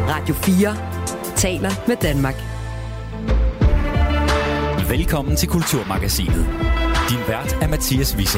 Radio 4 taler med Danmark. Velkommen til Kulturmagasinet. Din vært er Mathias Wissing.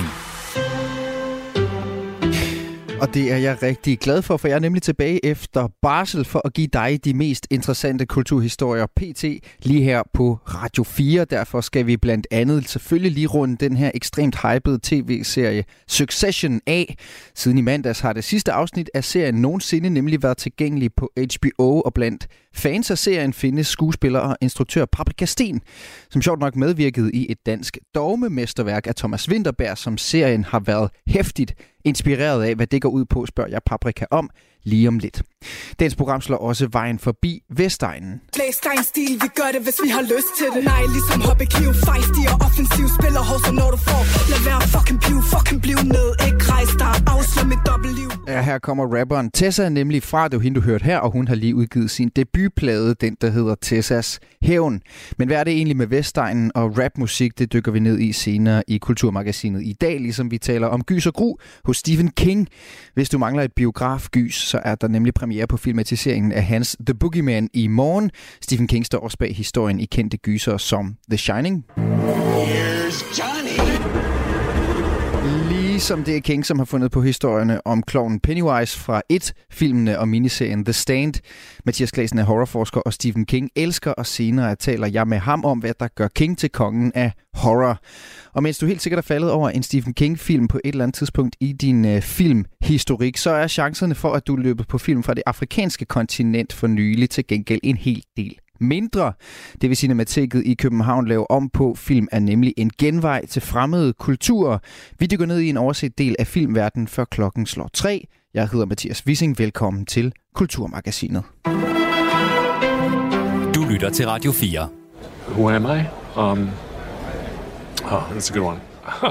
Og det er jeg rigtig glad for jeg er nemlig tilbage efter barsel for at give dig de mest interessante kulturhistorier pt. Lige her på Radio 4. Derfor skal vi blandt andet selvfølgelig lige runde den her ekstremt hypede tv-serie Succession af. Siden i mandags har det sidste afsnit af serien nogensinde nemlig været tilgængelig på HBO, og blandt fans af serien findes skuespiller og instruktør Paprika Steen, som sjovt nok medvirkede i et dansk dogmemesterværk af Thomas Vinterberg, som serien har været heftigt inspireret af. Hvad det går ud på, spørger jeg Paprika om lige om lidt. Dagens program slår også vejen forbi Vestegnen. Stil, vi gør det, hvis vi har lyst til det. Nej, ligesom Hobbekiv, fejstig og offensiv. Spiller hovser, når du får. Lad være fucking bliv ned. Ikke rejs dig, afslå mit dobbeltliv. Ja, her kommer rapperen Tessa nemlig fra. Det var hende, du hørte her, og hun har lige udgivet sin debutplade, den der hedder Tessas Hævn. Men hvad er det egentlig med Vestegnen og rapmusik? Det dykker vi ned i senere i Kulturmagasinet i dag, ligesom vi taler om Gys og Gru hos Stephen King. Hvis du mangler et biografgys, så er der nemlig premiere på filmatiseringen af hans The Boogeyman i morgen. Stephen King står også bag historien i kendte gyser som The Shining. Here's Johnny. Ligesom det er King, som har fundet på historierne om klovnen Pennywise fra filmene og miniserien The Stand. Mathias Claesen er horrorforsker, og Stephen King elsker, og senere taler jeg med ham om, hvad der gør King til kongen af horror. Og mens du helt sikkert er faldet over en Stephen King-film på et eller andet tidspunkt i din filmhistorik, så er chancerne for, at du løber på film fra det afrikanske kontinent for nylig til gengæld en hel del mindre. Det vil Cinemateket i København lave om på. Film er nemlig en genvej til fremmede kulturer. Vi dykker ned i en overset del af filmverdenen, før klokken slår 3. Jeg hedder Mathias Wissing. Velkommen til Kulturmagasinet. Du lytter til Radio 4. Who am I? That's a good one.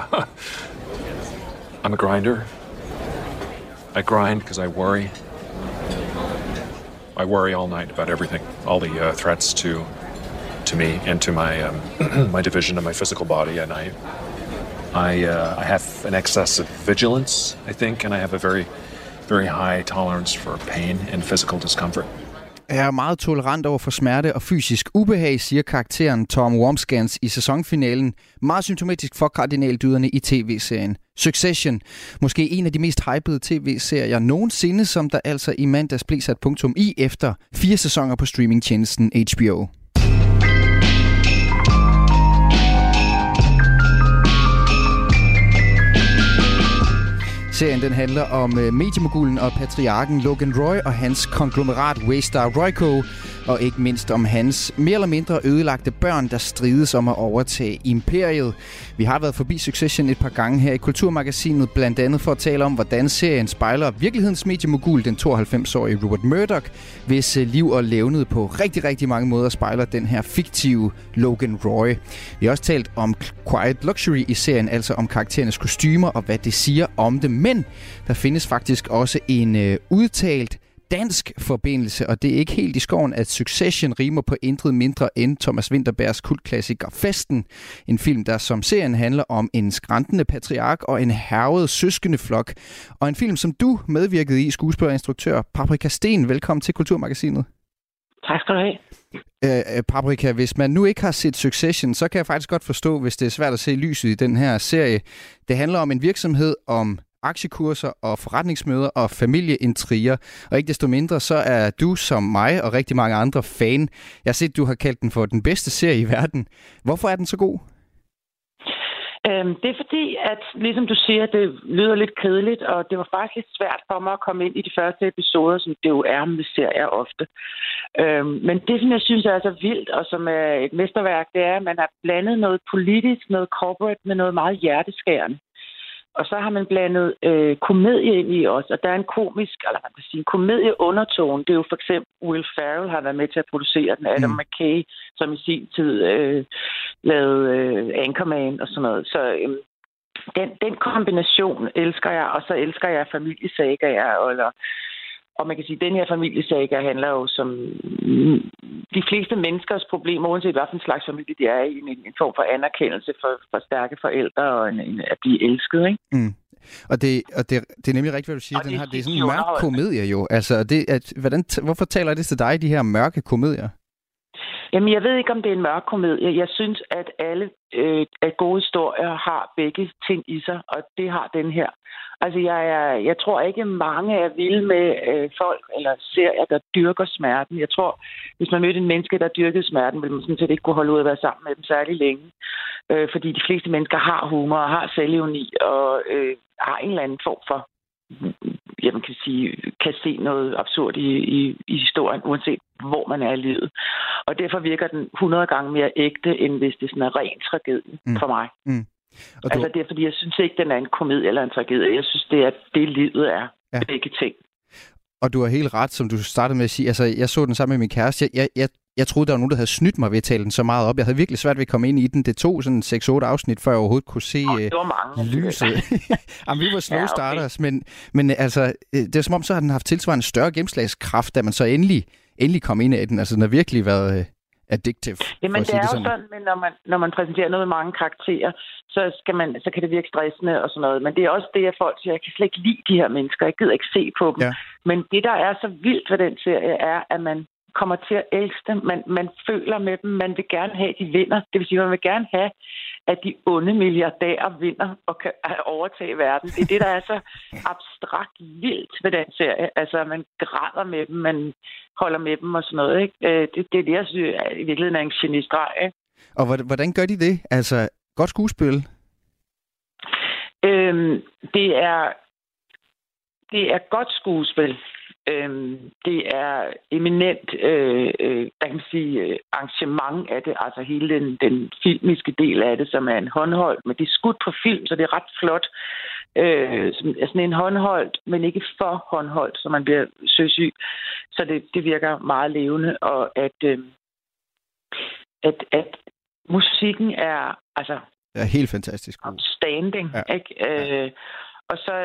I'm a grinder. I grind because I worry. I worry all night about everything, all the threats to me and to my my division of my physical body. And I have an excess of vigilance, I think, and I have a very, very high tolerance for pain and physical discomfort. Jeg er meget tolerant over for smerte og fysisk ubehag, siger karakteren Tom Wormskans i sæsonfinalen. Meget symptomatisk for kardinaldyderne i tv-serien Succession. Måske en af de mest hypede tv-serier nogensinde, som der altså i mandags blev sat punktum i efter 4 sæsoner på streamingtjenesten HBO. Serien den handler om mediemogulen og patriarken Logan Roy og hans konglomerat Waystar Royco, og ikke mindst om hans mere eller mindre ødelagte børn, der strides om at overtage imperiet. Vi har været forbi Succession et par gange her i Kulturmagasinet, blandt andet for at tale om, hvordan serien spejler virkelighedens mediemogul, den 92-årige Rupert Murdoch, hvis liv og levned på rigtig, rigtig mange måder spejler den her fiktive Logan Roy. Vi har også talt om Quiet Luxury i serien, altså om karakterernes kostymer og hvad det siger om dem. Men der findes faktisk også en udtalt dansk forbindelse, og det er ikke helt i skoven, at Succession rimer på intet mindre end Thomas Vinterbergs kultklassiker Festen. En film, der som serien handler om en skrantende patriark og en hærget søskendeflok. Og en film, som du medvirkede i, skuespiller og instruktør Paprika Steen. Velkommen til Kulturmagasinet. Tak skal du have. Paprika, hvis man nu ikke har set Succession, så kan jeg faktisk godt forstå, hvis det er svært at se lyset i den her serie. Det handler om en virksomhed, om aktiekurser og forretningsmøder og familieintriger. Og ikke desto mindre, så er du som mig og rigtig mange andre fan. Jeg har set, du har kaldt den for den bedste serie i verden. Hvorfor er den så god? Det er fordi, at ligesom du siger, det lyder lidt kedeligt, og det var faktisk lidt svært for mig at komme ind i de første episoder, som det jo er med serier ofte. Men det, som jeg synes er så vildt, og som er et mesterværk, det er, at man har blandet noget politisk, noget corporate med noget meget hjerteskærende. Og så har man blandet komedie ind i os, og der er en komisk, eller man kan sige, komedieundertone. Det er jo for eksempel Will Ferrell har været med til at producere den, Adam McKay, som i sin tid lavede Anchorman og sådan noget. Så den kombination elsker jeg, og så elsker jeg familiesagaer, eller Og man kan sige, at den her familiesaga handler jo som de fleste menneskers problemer, uanset hvilken slags familie de er i, en form for anerkendelse for stærke forældre og at blive elsket, ikke? Mm. Og det er nemlig rigtigt, hvad du siger. Det er sådan en mørk komedie jo. Altså, hvorfor taler det til dig, de her mørke komedier? Jamen, jeg ved ikke, om det er en mørk komedie. Jeg synes, at alle gode historier har begge ting i sig, og det har den her. Altså, jeg tror ikke, mange er vilde med folk eller serier, der dyrker smerten. Jeg tror, hvis man mødte en menneske, der dyrkede smerten, ville man sådan set ikke kunne holde ud at være sammen med dem særlig længe. Fordi de fleste mennesker har humor og har selvironi og har en eller anden form for, man kan se noget absurd i historien, uanset hvor man er i livet. Og derfor virker den 100 gange mere ægte, end hvis det sådan er ren tragedie for mig. Mm. Altså det er, fordi jeg synes ikke, den er en komedie eller en tragedie. Jeg synes, det er det, livet er. Ja. Begge ting. Og du har helt ret, som du startede med at sige. Altså, jeg så den sammen med min kæreste. Jeg troede, der var nogen, der havde snydt mig ved at tale den så meget op. Jeg havde virkelig svært ved at komme ind i den. Det tog sådan 6-8 afsnit, før jeg overhovedet kunne se lyset. Jamen, vi var slow starters, men altså, det er som om, så har den haft tilsvarende større gennemslagskraft, da man så endelig kom ind i den. Altså, den har virkelig været addictive. Jamen, det er jo sådan, men når man præsenterer noget med mange karakterer, så kan det virke stressende og sådan noget. Men det er også det, at folk siger, jeg kan slet ikke lide de her mennesker. Jeg gider ikke se på dem. Ja. Men det, der er så vildt ved den serie, er, at man kommer til at elske dem. Man føler med dem. Man vil gerne have, at de vinder. Det vil sige, man vil gerne have, at de onde milliardærer vinder og kan overtage verden. Det er det, der er så abstrakt vildt ved den serie. Altså, man græder med dem, man holder med dem og sådan noget, ikke? Det er det, jeg synes, i virkeligheden er en genistreg, ikke? Og hvordan gør de det? Altså, godt skuespil? Det er godt skuespil. Det er eminent, der kan sige, arrangement af det, altså hele den filmiske del af det, som er en håndholdt, men det er skudt på film, så det er ret flot. Sådan en håndholdt, men ikke for håndholdt, så man bliver søsyg. Så det virker meget levende, og at musikken er, altså... Det er helt fantastisk. Outstanding, ja. Ikke? Og så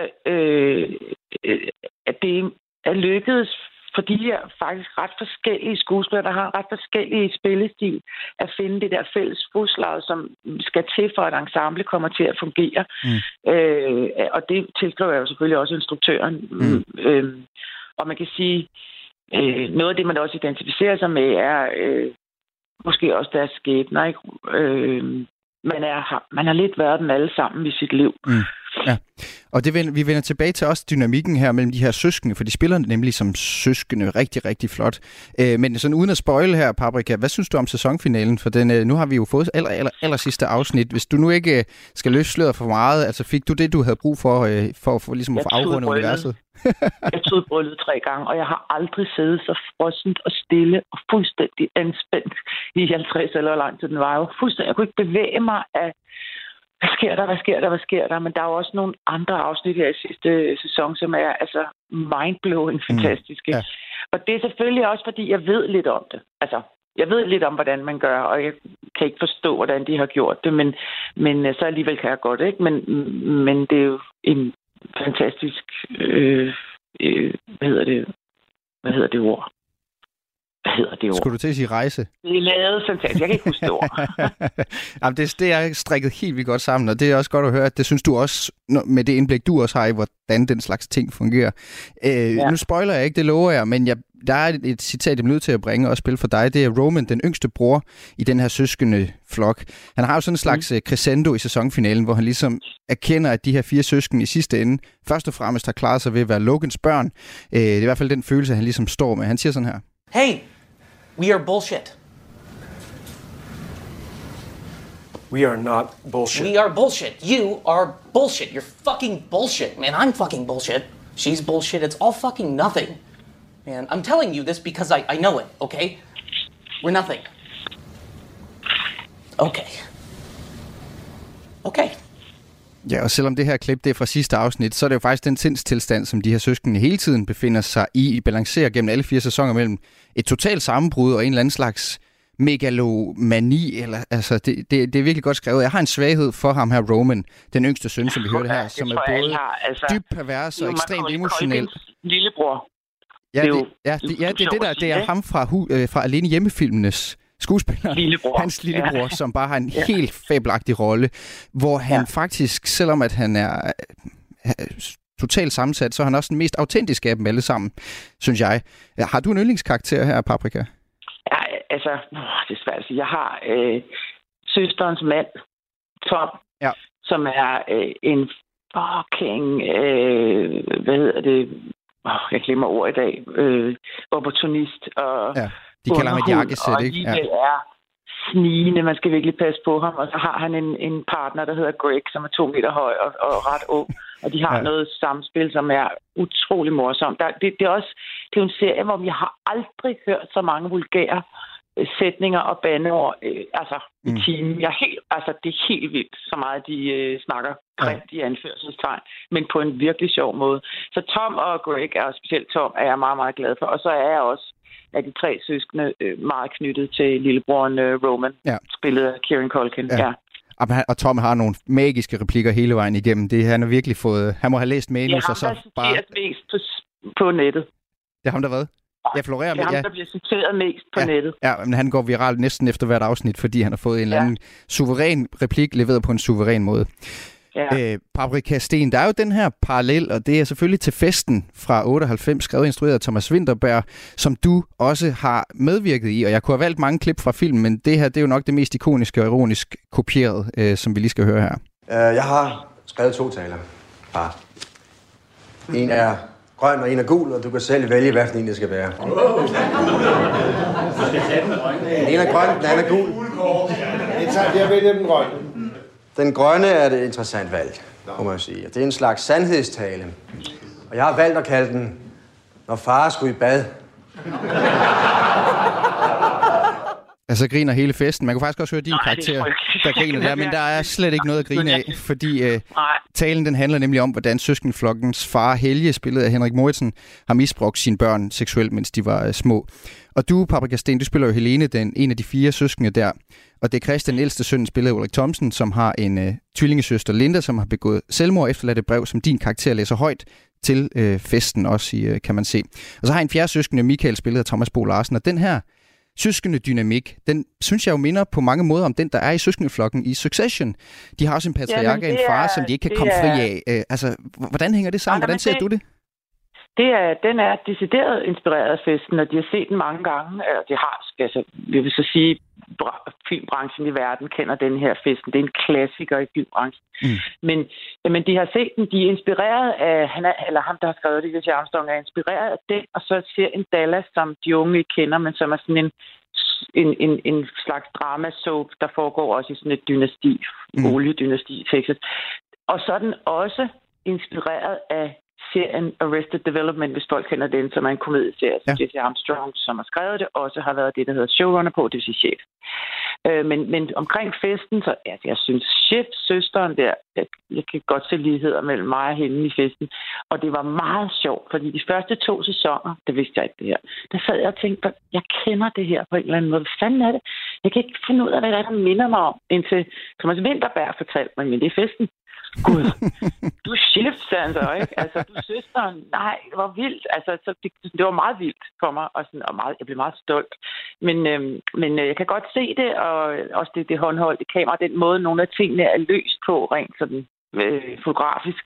at det er lykkedes for de her faktisk ret forskellige skuespillere, der har ret forskellige spillestil, at finde det der fælles fodslag, som skal til for, at ensemble kommer til at fungere. Og det tilskriver jeg jo selvfølgelig også instruktøren. Og man kan sige, noget af det, man også identificerer sig med, er måske også deres skæbner, ikke? Man har lidt været den alle sammen i sit liv. Ja, og vi vender tilbage til også dynamikken her mellem de her søskende, for de spiller nemlig som søskende rigtig, rigtig flot. Men sådan uden at spoile her, Paprika, hvad synes du om sæsonfinalen? For nu har vi jo fået aller sidste afsnit. Hvis du nu ikke skal løse sløret for meget, altså fik du det, du havde brug for ligesom at få afrundet universet? Jeg tog bryllet 3 gange, og jeg har aldrig siddet så frossent og stille og fuldstændig anspændt i 50 eller hvor lang tid den var. Jeg kunne ikke bevæge mig af hvad sker der? Men der er jo også nogle andre afsnit her i sidste sæson, som er altså mindblowing fantastiske. Ja. Og det er selvfølgelig også, fordi jeg ved lidt om det. Altså, jeg ved lidt om, hvordan man gør, og jeg kan ikke forstå, hvordan de har gjort det, men så alligevel kan jeg godt, ikke? Men det er jo en fantastisk, hvad hedder det ord? Skulle du til at sige rejse? Det er lavet fantastisk. Jeg kan ikke huske det ord. Jamen, det er strikket helt vildt godt sammen, og det er også godt at høre, at det synes du også, med det indblik, du også har i, hvordan den slags ting fungerer. Nu spoiler jeg ikke, det lover jeg, men der er et citat, jeg er nødt til at bringe og spille for dig. Det er Roman, den yngste bror i den her søskende flok. Han har jo sådan en slags crescendo i sæsonfinalen, hvor han ligesom erkender, at de her 4 søskende i sidste ende først og fremmest har klaret sig ved at være Logans børn. Det er i hvert fald den følelse, han ligesom står med. Han siger sådan her. Hey, we are bullshit. We are not bullshit. We are bullshit. You are bullshit. You're fucking bullshit, man. I'm fucking bullshit. She's bullshit. It's all fucking nothing. Man, I'm telling you this because I know it, okay? We're nothing. Okay. Okay. Ja, og selvom det her klip det er fra sidste afsnit, så er det jo faktisk den sindstilstand, som de her søskende hele tiden befinder sig i. I balancerer gennem alle 4 sæsoner mellem et totalt sammenbrud og en eller anden slags megalomani. Eller, altså, det er virkelig godt skrevet. Jeg har en svaghed for ham her, Roman, den yngste søn, som vi hørte her, som er både dybt pervers og ekstremt emotionel. Lillebror. Ja, det er ham fra Alene Hjemmefilmenes skuespiller, lillebror. Hans lillebror, som bare har en helt fabelagtig rolle, hvor han faktisk, selvom at han er totalt sammensat, så er han også den mest autentiske af dem alle sammen, synes jeg. Har du en yndlingskarakter her, Paprika? Ja, altså, det er svært at sige. Jeg har søsterens mand, Tom, som er en fucking, jeg glemmer ord i dag, opportunist og de kalder ham et jakkesæt, ikke? Og det er snigende, man skal virkelig passe på ham. Og så har han en partner, der hedder Greg, som er 2 meter høj og ret ung. Og de har noget samspil, som er utrolig morsomt. Det er jo en serie, hvor jeg har aldrig hørt så mange vulgære sætninger og bandeord i timen. Det er helt vildt, så meget de snakker grimt i anførselstegn, men på en virkelig sjov måde. Så Tom og Greg, og specielt Tom, er jeg meget, meget glad for. Og så er jeg også af de 3 søskende meget knyttet til lillebroren Roman, spillet af Kieran Culkin. Ja. Og Tom har nogle magiske replikker hele vejen igennem. Han har virkelig fået... Han må have læst manus, og så bare... Det er mest på nettet. Det er ham, der hvad? Jeg florerer med, det er ham, der bliver citeret mest på nettet. Ja, men han går viralt næsten efter hvert afsnit, fordi han har fået en eller anden suveræn replik leveret på en suveræn måde. Ja. Paprika Steen, der er jo den her parallel, og det er selvfølgelig til Festen fra 98, skrevet og instrueret af Thomas Vinterberg, som du også har medvirket i, og jeg kunne have valgt mange klip fra filmen, men det her, det er jo nok det mest ikoniske og ironisk kopieret, som vi lige skal høre her. Jeg har skrevet 2 taler. En er grøn, og en er gul, og du kan selv vælge, hvad for en det skal være. En er grøn, den anden er gul. Jeg vælger den grønne. Den grønne er det interessant valg, må man sige. Det er en slags sandhedstale. Og jeg har valgt at kalde den, når far skulle i bad. Altså griner hele festen. Man kunne faktisk også høre din karakter, der griner der, men der er slet ikke noget at grine af, fordi talen den handler nemlig om, hvordan søskendeflokkens far Helge, spillet af Henrik Moritzen, har misbrugt sine børn seksuelt, mens de var små. Og du, Paprika Steen, du spiller jo Helene, en af de 4 søskende der. Og det er Christian, ældste søn, spillet af Ulrik Thomsen, som har en tvillingesøster, Linda, som har begået selvmord, efterladt et brev, som din karakter læser højt til festen også, kan man se. Og så har en 4. søskende, Michael, spillet af Thomas Bo Larsen. Og den her søskende dynamik, den synes jeg jo minder på mange måder om den, der er i søskendeflokken i Succession. De har også en patriark af en far, som de ikke kan komme fri af. Hvordan hænger det sammen? Hvordan ser du det? Den er decideret inspireret af festen, og de har set den mange gange. Vi vil så sige, filmbranchen i verden kender den her festen. Det er en klassiker i filmbranchen. Men de har set den, de er inspireret af, ham, der har skrevet det, Jesse Armstrong, er inspireret af den, og så ser en Dallas, som de unge ikke kender, men som er sådan en slags drama-soap, der foregår også i sådan et dynasti, oliedynasti i Texas. Og så er den også inspireret af serien Arrested Development, hvis folk kender den, som er en komedieserie, som Jesse Armstrong, som har skrevet det, også har været det, der hedder showrunner på, det vil sige chef. Men omkring festen, så jeg synes, søsteren der, jeg kan godt se ligheder mellem mig og hende i festen, og det var meget sjovt, fordi de første 2 sæsoner, det vidste jeg ikke det her, der sad jeg og tænkte, jeg kender det her på en eller anden måde. Hvad fanden er det? Jeg kan ikke finde ud af, hvad det er, der minder mig om, indtil Thomas Vinterberg fortalte mig, men det er festen. Gud, du er chef, sagde han så, ikke? Altså, du er søsteren. Nej, det var vildt. Altså, det var meget vildt for mig, og jeg blev meget stolt. Men jeg kan godt se det, og også det håndholdte kamera, den måde, nogle af tingene er løst på, rent sådan fotografisk.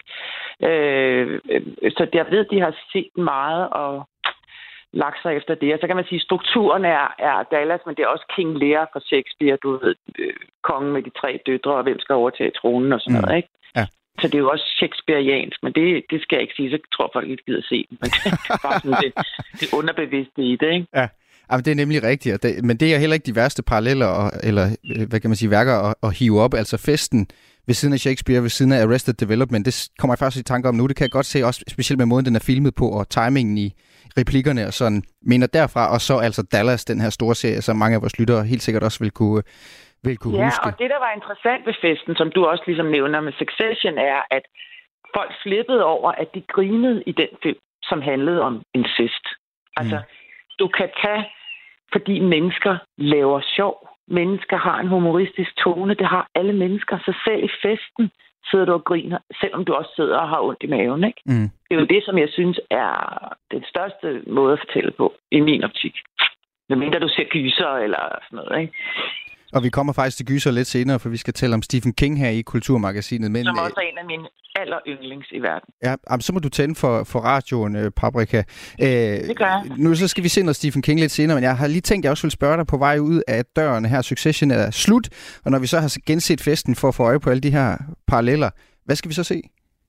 Så jeg ved, de har set meget og lagt sig efter det. Og så kan man sige, at strukturen er Dallas, men det er også King Lear fra Shakespeare, du ved, kongen med de 3 døtre, og hvem skal overtage tronen og sådan noget, ikke? Ja. Så det er jo også shakespeariansk, men det skal jeg ikke sige, så tror folk ikke gider se den. Men det er bare sådan det underbevidste i det, ikke? Ja. Jamen, det er nemlig rigtigt, men det er heller ikke de værste paralleller, eller hvad kan man sige, værker at hive op. Altså festen ved siden af Shakespeare, ved siden af Arrested Development, det kommer jeg faktisk i tanke om nu. Det kan jeg godt se, også specielt med måden, den er filmet på, og timingen i replikkerne og sådan, mener derfra, og så altså Dallas, den her store serie, som mange af vores lyttere helt sikkert også vil kunne huske. Ja, og det, der var interessant ved festen, som du også ligesom nævner med Succession, er, at folk flippede over, at de grinede i den film, som handlede om incest. Altså, du kan tage, fordi mennesker laver sjov. Mennesker har en humoristisk tone. Det har alle mennesker. Så selv i festen, sidder du og griner, selvom du også sidder og har ondt i maven, ikke? Mm. Det er jo det, som jeg synes er den største måde at fortælle på, i min optik. Medmindre du ser gyser eller sådan noget, ikke? Og vi kommer faktisk til gyser lidt senere, for vi skal tale om Stephen King her i Kulturmagasinet. Men, som også er en af mine alleryndlings i verden. Ja, så må du tænde for radioen, Paprika. Det gør jeg. Nu så skal vi se noget Stephen King lidt senere, men jeg har lige tænkt, at jeg også vil spørge dig på vej ud af døren her. Succession er slut, og når vi så har genset festen for at få øje på alle de her paralleller, hvad skal vi så se?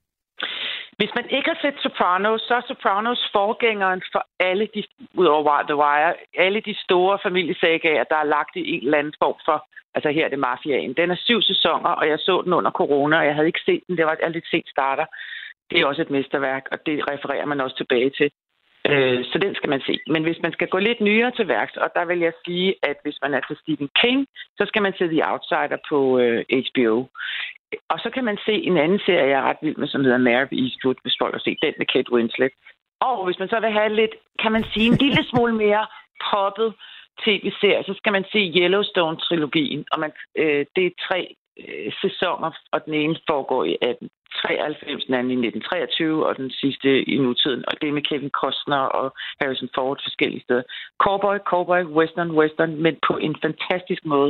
Hvis man ikke har set Sopranos, så er Sopranos forgængeren for alle de, udover The Wire, alle de store familiesagaer, der er lagt i en eller anden form for, altså her er det mafiaen. Den er 7 sæsoner, og jeg så den under corona, og jeg havde ikke set den. Det var et lidt sent starter. Det er også et mesterværk, og det refererer man også tilbage til. Så den skal man se. Men hvis man skal gå lidt nyere til værks, og der vil jeg sige, at hvis man er til Stephen King, så skal man se The Outsider på HBO. Og så kan man se en anden serie, jeg er ret vild med, som hedder Mare of Eastwood, hvis folk har set den med Kate Winslet. Og hvis man så vil have lidt, kan man sige, en lille smule mere poppet tv-serie, så skal man se Yellowstone-trilogien. Og det er 3 sæsoner, og den ene foregår i 1893, den anden i 1923, og den sidste i nutiden. Og det er med Kevin Costner og Harrison Ford forskellige steder. Cowboy, western, men på en fantastisk måde.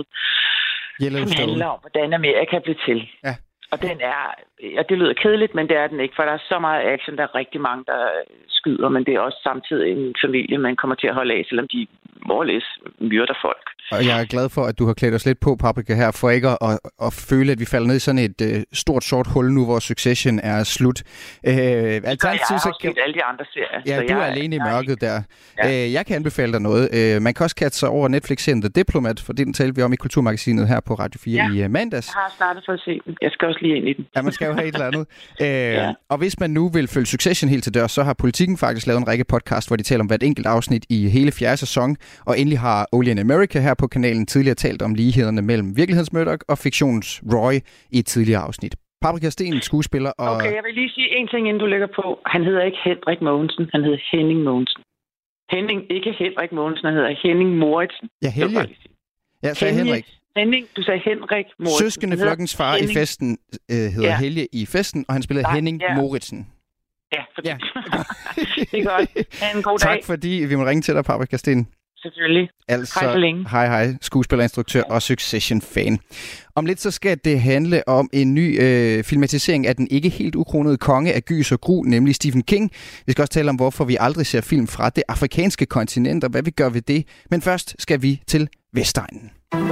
Som handler om, hvordan Amerika blev til. Ja. Og det lyder kedeligt, men det er den ikke, for der er så meget action, der er rigtig mange, der skyder, men det er også samtidig en familie, man kommer til at holde af, selvom de måles myrder folk. Og jeg er glad for, at du har klædt os lidt på, Paprika, her, for ikke at føle, at vi falder ned i sådan et stort sort hul nu, hvor Succession er slut. Alternativt så kan alle de andre serier. Ja, du er alene i mørket der. Ja. Jeg kan anbefale dig noget. Man kan også kaste sig over Netflix-serien The Diplomat, for den talte vi om i Kulturmagasinet her på Radio 4 i mandags. Jeg har startet for at se den. Jeg skal også lige ind i den. Ja, man skal jo have et eller andet. Og hvis man nu vil følge Succession helt til dør, så har Politikken faktisk lavet en række podcast, hvor de taler om hvert enkelt afsnit i hele 4. sæson. Og endelig har Only in America her på kanalen tidligere talt om lighederne mellem virkeligheds-Murdoch og fiktions Roy i et tidligere afsnit. Paprika Steen, skuespiller og... Okay, jeg vil lige sige en ting, inden du lægger på. Han hedder ikke Henrik Mogensen, han hedder Henning Mogensen. Ikke Henrik Mogensen, han hedder Henning Moritzen. Ja, Helge. Ja, sagde Henrik. Henning, du sagde Henrik Moritzen. Søskendeflokkens far Henning. I festen hedder Helge i festen, og han spillede Henning Moritzen. Ja, fordi... det er godt. Ha' en god dag. Tak fordi vi må ringe til dig, Paprika Steen. Selvfølgelig. Altså, hej så længe. Hej, skuespillerinstruktør og Succession-fan. Om lidt så skal det handle om en ny filmatisering af den ikke helt ukronede konge af gys og gru, nemlig Stephen King. Vi skal også tale om, hvorfor vi aldrig ser film fra det afrikanske kontinent, og hvad vi gør ved det. Men først skal vi til Vestegnen.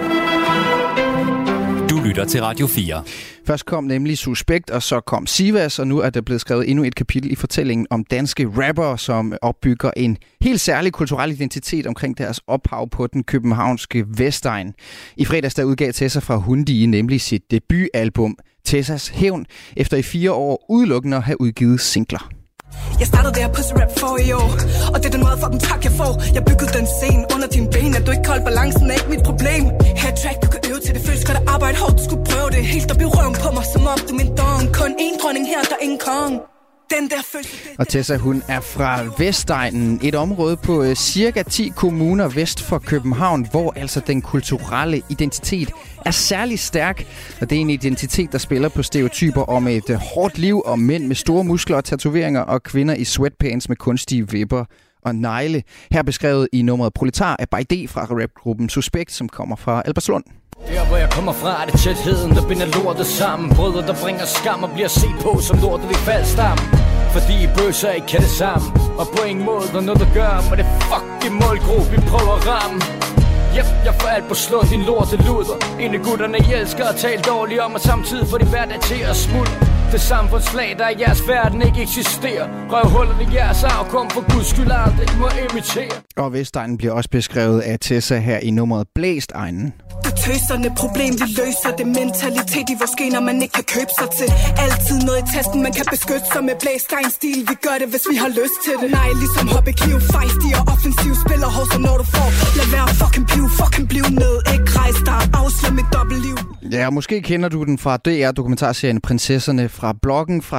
Du lytter til Radio 4. Først kom nemlig Suspekt, og så kom Sivas, og nu er der blevet skrevet endnu et kapitel i fortællingen om danske rappere, som opbygger en helt særlig kulturel identitet omkring deres ophav på den københavnske Vestegn. I fredags der udgav Tessa fra Hundi nemlig sit debutalbum Tessas Hævn, efter i 4 år udelukkende at have udgivet singler. Jeg startede der pussy rap for i år, og det er den motherfucking tak jeg får. Jeg byggede den scene under dine ben, at du ikke koldt balancen er ikke mit problem. Her track du kan øve til det føles godt at arbejde hårdt, du skulle prøve det. Helt op i røven på mig, som om du min dong. Kun én dronning her, der er ingen kong. Den der følelse, og Tessa, hun er fra Vestegnen, et område på cirka 10 kommuner vest for København, hvor altså den kulturelle identitet er særlig stærk. Og det er en identitet, der spiller på stereotyper om et hårdt liv, og mænd med store muskler og tatoveringer, og kvinder i sweatpants med kunstige vipper og negle. Her beskrevet i nummeret Proletar af Bajdé fra rapgruppen Suspekt, som kommer fra Albertslund. Der hvor jeg kommer fra er det tætheden, der binder lortet sammen. Brødre der bringer skam og bliver set på som lortet i faldstamme. Fordi bøsser ikke kan det samme. Og på ingen måde der noget der gør, men det fucking målgruppe vi prøver at ramme. Yep, jeg får alt på slå din lorte luder. En af gutterne I elsker at tale dårligt om, og samtidig får de hverdag til at smuldre. Det samfundslag der i jeres verden ikke eksisterer. Røvhullerne i jeres afkom for guds skyld aldrig må imitere. Og Vestegnen bliver også beskrevet af Tessa her i nummeret Blæst Egnen. Det tøserne problem, vi løser det. Mentalitet i vores gener, man ikke kan købe sig til. Altid noget i testen, man kan beskytte sig med Blæstein-stil. Vi gør det, hvis vi har lyst til det. Nej, ligesom HBQ, fejstig og offensiv. Spiller hård, så når du får. Lad være fucking piv, fucking bliv ned. Ikke rejs dig, afslå mit dobbeltliv. Ja, måske kender du den fra DR-dokumentarserien Prinsesserne fra bloggen fra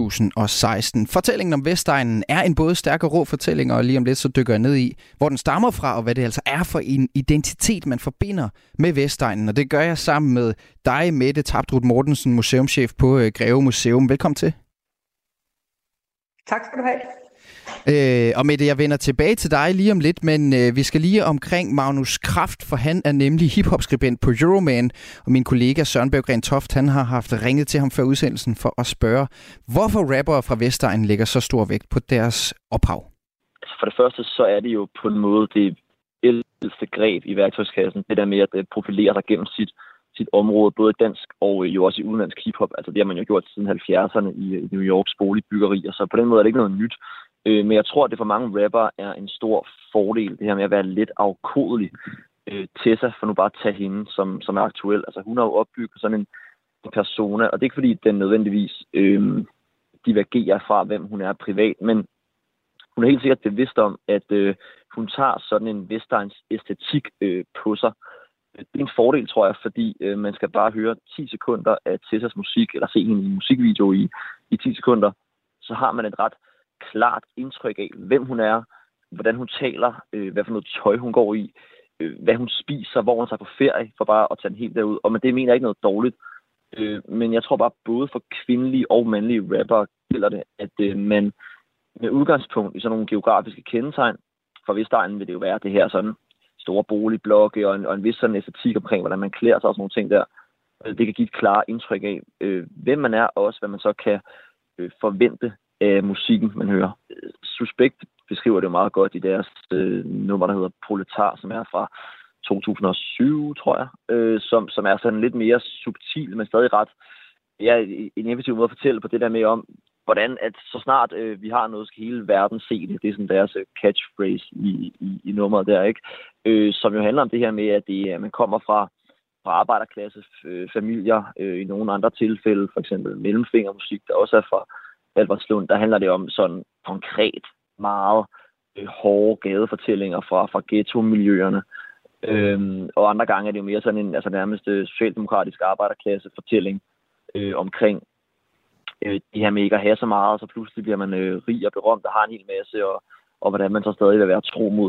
2016. Fortællingen om Vestegnen er en både stærk og rå fortælling, og lige om lidt så dykker jeg ned i, hvor den stammer fra, og hvad det altså er for en identitet, man forbinder med Vestegnen. Vestegnen, og det gør jeg sammen med dig, Mette Tapdrup Mortensen, museumschef på Greve Museum. Velkommen til. Tak skal du have. Og Mette, jeg vender tilbage til dig lige om lidt, men vi skal lige omkring Magnus Kraft, for han er nemlig hiphop-skribent på Euroman, og min kollega Søren Berggren Toft, han har haft ringet til ham før udsendelsen for at spørge, hvorfor rappere fra Vestegnen lægger så stor vægt på deres ophav. For det første, så er det jo på en måde det ældste greb i værktøjskassen, det der med at profilere sig gennem sit område, både dansk og jo også i udenlandsk hiphop. Altså det har man jo gjort siden 70'erne i New Yorks boligbyggerier, så på den måde er det ikke noget nyt. Men jeg tror, at det for mange rappere er en stor fordel, det her med at være lidt afkodelig. Tessa, for nu bare at tage hende, som er aktuel. Altså hun har jo opbygget sådan en persona, og det er ikke fordi, den nødvendigvis divergerer fra, hvem hun er privat, men hun er helt sikkert bevidst om, at hun tager sådan en Vestegns æstetik på sig. Det er en fordel, tror jeg, fordi man skal bare høre 10 sekunder af Tessas musik, eller se hende i en musikvideo i 10 sekunder, så har man et ret klart indtryk af, hvem hun er, hvordan hun taler, hvad for noget tøj hun går i, hvad hun spiser, hvor hun tager på ferie, for bare at tage den helt derud. Og men det mener jeg ikke noget dårligt. Men jeg tror bare, både for kvindelige og mandlige rappere gælder det, at man med udgangspunkt i sådan nogle geografiske kendetegn, for Vestegnen vil det jo være det her sådan store boligblokke og en vis sådan æstetik omkring, hvordan man klæder sig og sådan nogle ting der. Det kan give et klart indtryk af, hvem man er, og også hvad man så kan forvente af musikken, man hører. Suspekt beskriver det meget godt i deres nummer, der hedder Proletar, som er fra 2007, tror jeg, som er sådan lidt mere subtil, men stadig ret en effektiv måde at fortælle på det der med om, hvordan at så snart vi har noget, skal hele verden se det. Det er sådan deres catchphrase i nummeret der, ikke? Som jo handler om det her med, at man kommer fra arbejderklasse familier, i nogle andre tilfælde, for eksempel mellemfingermusik, der også er fra Albertslund. Der handler det om sådan konkret, meget hårde gadefortællinger fra ghetto-miljøerne. Og andre gange er det jo mere sådan en nærmest socialdemokratisk arbejderklasse-fortælling omkring det her med ikke at have så meget, så pludselig bliver man rig og berømt og har en hel masse, og hvordan man så stadig vil være tro mod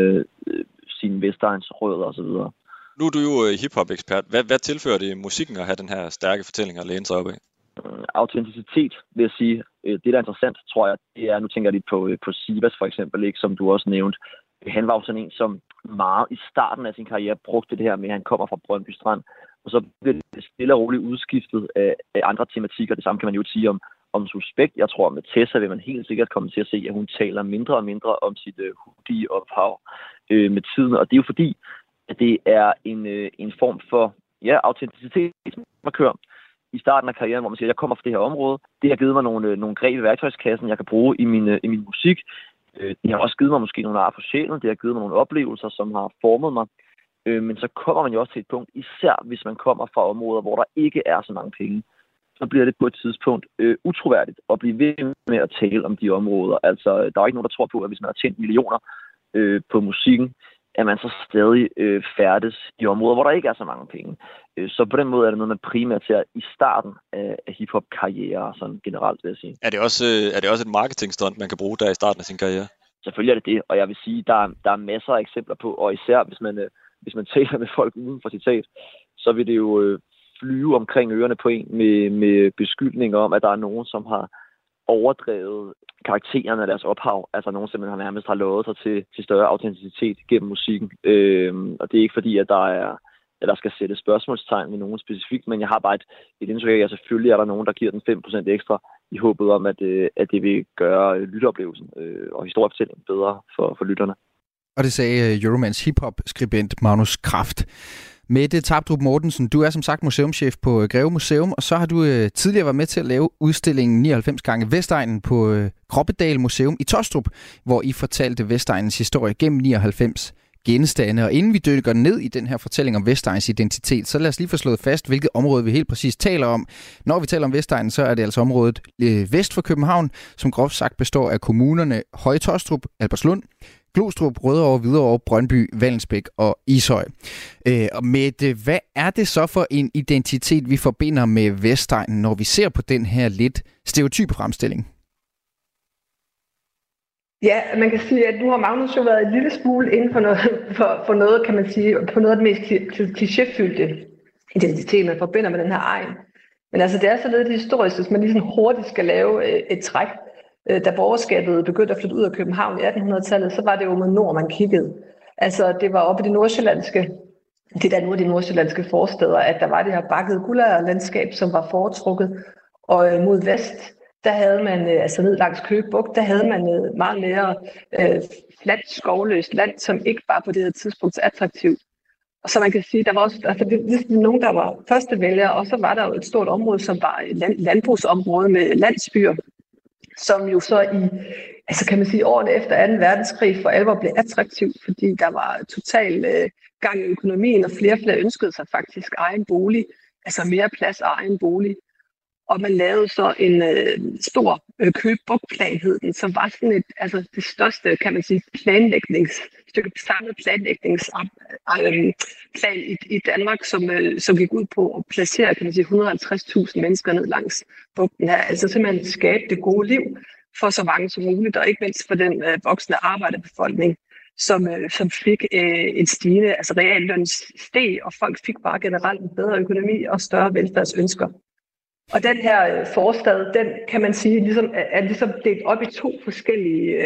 sine Vestegns rødder osv. Nu er du jo hiphop-ekspert. Hvad tilfører det musikken at have den her stærke fortælling at læne sig op af? Autenticitet, vil jeg sige. Det, der er interessant, tror jeg, det er, nu tænker jeg lidt på Sivas for eksempel, ikke, som du også nævnte. Han var jo sådan en, som meget i starten af sin karriere brugte det her med, at han kommer fra Brøndby Strand, og så bliver det stille og roligt udskiftet af andre tematikker. Det samme kan man jo sige om Suspekt. Jeg tror, med Tessa vil man helt sikkert komme til at se, at hun taler mindre og mindre om sit hoodie-ophav med tiden. Og det er jo fordi, at det er en form for autenticitet-markør i starten af karrieren, hvor man siger, at jeg kommer fra det her område. Det har givet mig nogle greb i værktøjskassen, jeg kan bruge i min musik. Det har også givet mig måske nogle ar på sjælen. Det har givet mig nogle oplevelser, som har formet mig. Men så kommer man jo også til et punkt, især hvis man kommer fra områder, hvor der ikke er så mange penge, så bliver det på et tidspunkt utroværdigt at blive ved med at tale om de områder. Altså, der er ikke nogen, der tror på, at hvis man har tjent millioner på musikken, at man så stadig færdes i områder, hvor der ikke er så mange penge. Så på den måde er det noget, man primært ser i starten af hiphop-karriere, sådan generelt, vil jeg sige. Er det også et marketingstunt, man kan bruge der i starten af sin karriere? Selvfølgelig er det det, og jeg vil sige, der er masser af eksempler på, og især hvis man taler med folk uden for citat, så vil det jo flyve omkring ørerne på en med beskyldninger om, at der er nogen, som har overdrevet karaktererne af deres ophav. Altså nogen simpelthen nærmest har lovet sig til større autenticitet gennem musikken. Og det er ikke fordi, at der skal sætte spørgsmålstegn ved nogen specifikt, men jeg har bare et indtryk af, at selvfølgelig er der nogen, der giver den 5% ekstra i håbet om, at det vil gøre lytteoplevelsen og historiefortællingen bedre for lytterne. Og det sagde Euromans hiphop-skribent Magnus Kraft. Mette Tapdrup Mortensen, du er som sagt museumschef på Greve Museum, og så har du tidligere været med til at lave udstillingen 99 gange Vestegnen på Kroppedal Museum i Taastrup, hvor I fortalte Vestegnens historie gennem 99 genstande. Og inden vi dykker ned i den her fortælling om Vestegns identitet, så lad os lige få slået fast, hvilket område vi helt præcis taler om. Når vi taler om Vestegnen, så er det altså området vest for København, som groft sagt består af kommunerne Høje-Taastrup, Albertslund, Glostrup, Rødovre, Hvidovre, Brøndby, Vallensbæk og Ishøj. Og Mette, hvad er det så for en identitet, vi forbinder med Vestegnen, når vi ser på den her lidt stereotype fremstilling? Ja, man kan sige, at nu har Magnus jo været en lille smule inden for noget, kan man sige, på noget af det mest klichéfyldte identitet, man forbinder med den her egen. Men altså, det er så lidt historisk, hvis man lige sådan hurtigt skal lave et træk. Da borgerskabet begyndte at flytte ud af København i 1800-tallet, så var det jo mod nord, man kiggede. Altså, det var oppe i det nordsjællandske, de nordsjællandske forsteder, at der var det her bakkede guldalderlandskab, som var foretrukket. Og mod vest, der havde man, altså ned langs Køge Bugt, der havde man meget mere fladt, skovløst land, som ikke var på det her tidspunkt så attraktivt. Og så man kan sige, der var også det nogen, der var første vælgere, og så var der jo et stort område, som var et landbrugsområde med landsbyer, som jo så kan man sige, årene efter 2. verdenskrig for alvor blev attraktivt, fordi der var total gang i økonomien, og flere ønskede sig faktisk egen bolig, altså mere plads og egen bolig. Og man lavede så en stor Køge Bugt-plan, hed den, som var sådan det største, kan man sige, samlet planlægningsplan i Danmark, som gik ud på at placere, kan man sige, 150.000 mennesker ned langs bugten her. Altså simpelthen skabe det gode liv for så mange som muligt, og ikke mindst for den voksne arbejderbefolkning, som fik en stigende, altså realløn steg, og folk fik bare generelt en bedre økonomi og større velfærdsønsker. Og den her forstad, den kan man sige, er ligesom delt op i 2 forskellige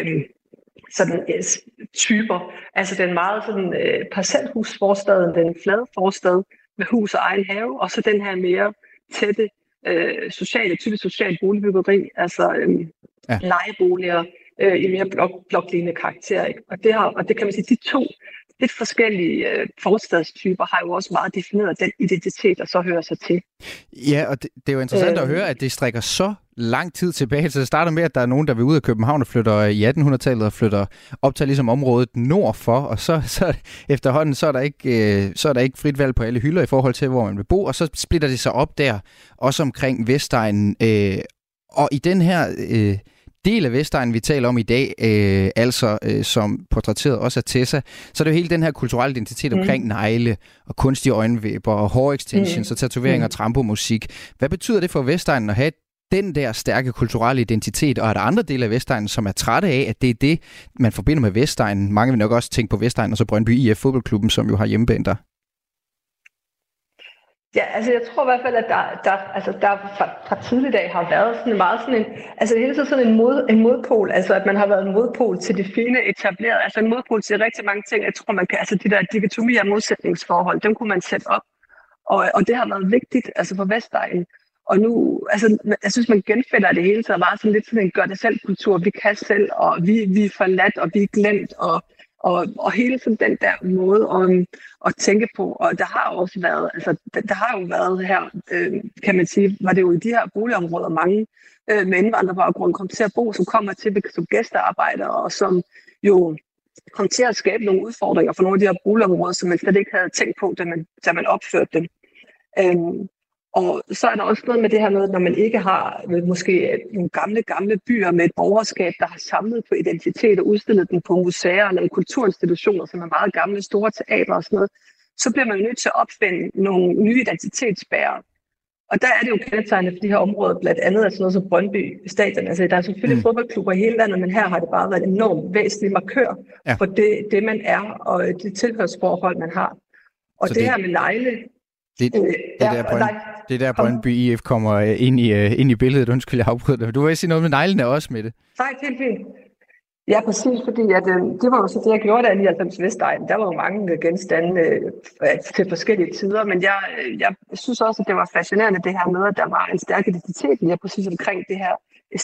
typer. Altså den meget parcelhusforstaden, den flade forstad med hus og egen have, og så den her mere tætte, typisk socialt boligbyggeri, altså lejeboliger i mere bloklignende karakter. Ikke? Og det kan man sige, de 2 lidt forskellige forstadstyper har jo også meget defineret den identitet, der så hører sig til. Ja, og det er jo interessant at høre, at det strækker så lang tid tilbage. Så det starter med, at der er nogen, der vil ud af København og flytter i 1800-tallet og flytter op til ligesom området nordfor, og så efterhånden, så er der ikke frit valg på alle hylder i forhold til, hvor man vil bo, og så splitter det sig op der, også omkring Vestegnen. Og i den her del af Vestegnen, vi taler om i dag, som portrætteret også af Tessa, så er det jo hele den her kulturelle identitet omkring negle og kunstige øjenvipper og hårextensions og tatoveringer og trampomusik. Hvad betyder det for Vestegnen at have den der stærke kulturelle identitet, og er der andre dele af Vestegnen, som er trætte af, at det er det, man forbinder med Vestegnen? Mange vil nok også tænke på Vestegnen og så Brøndby IF fodboldklubben, som jo har hjemmebane der. Ja, altså jeg tror i hvert fald, at der fra tidlig dag har været hele tiden sådan en modpol, altså at man har været en modpol til det fine etableret, altså en modpol til rigtig mange ting. Jeg tror, man kan, altså de der dikotomi og modsætningsforhold, dem kunne man sætte op, og det har været vigtigt, altså på Vestegnen. Og nu, altså jeg synes, man genfinder det hele tiden, bare sådan lidt sådan en gør-det-selv-kultur, vi kan selv, og vi er forladt, og vi er glemt, og hele sådan den der måde at tænke på, og der har også været, altså der har jo været her, kan man sige, var det jo i de her boligområder mange med indvandrerbaggrund kom til at bo, som kommer til som gæstearbejdere, og som jo kom til at skabe nogle udfordringer for nogle af de her boligområder, som man slet ikke havde tænkt på, da man opførte dem. Og så er der også noget med det her med, når man ikke har måske nogle gamle byer med et borgerskab, der har samlet på identitet og udstillet den på museer eller kulturinstitutioner, som er meget gamle, store teatre og sådan noget, så bliver man jo nødt til at opfinde nogle nye identitetsbærere. Og der er det jo kendetegnende for de her områder, blandt andet altså noget som Brøndby Stadion. Altså, der er selvfølgelig fodboldklubber i hele landet, men her har det bare været en enormt væsentlig markør for det man er, og det tilhørsforhold, man har. Og det her med negle... Det er der Brøndby IF kommer ind i billedet. Undskyld, jeg afbryder dig. Du vil sige noget med neglene også med det. Nej, helt fint. Ja, præcis, fordi at, det var jo så det, jeg gjorde der i 99 Vestegnen. Der var jo mange genstande til forskellige tider, men jeg synes også, at det var fascinerende det her med, at der var en stærk identitet lige præcis omkring det her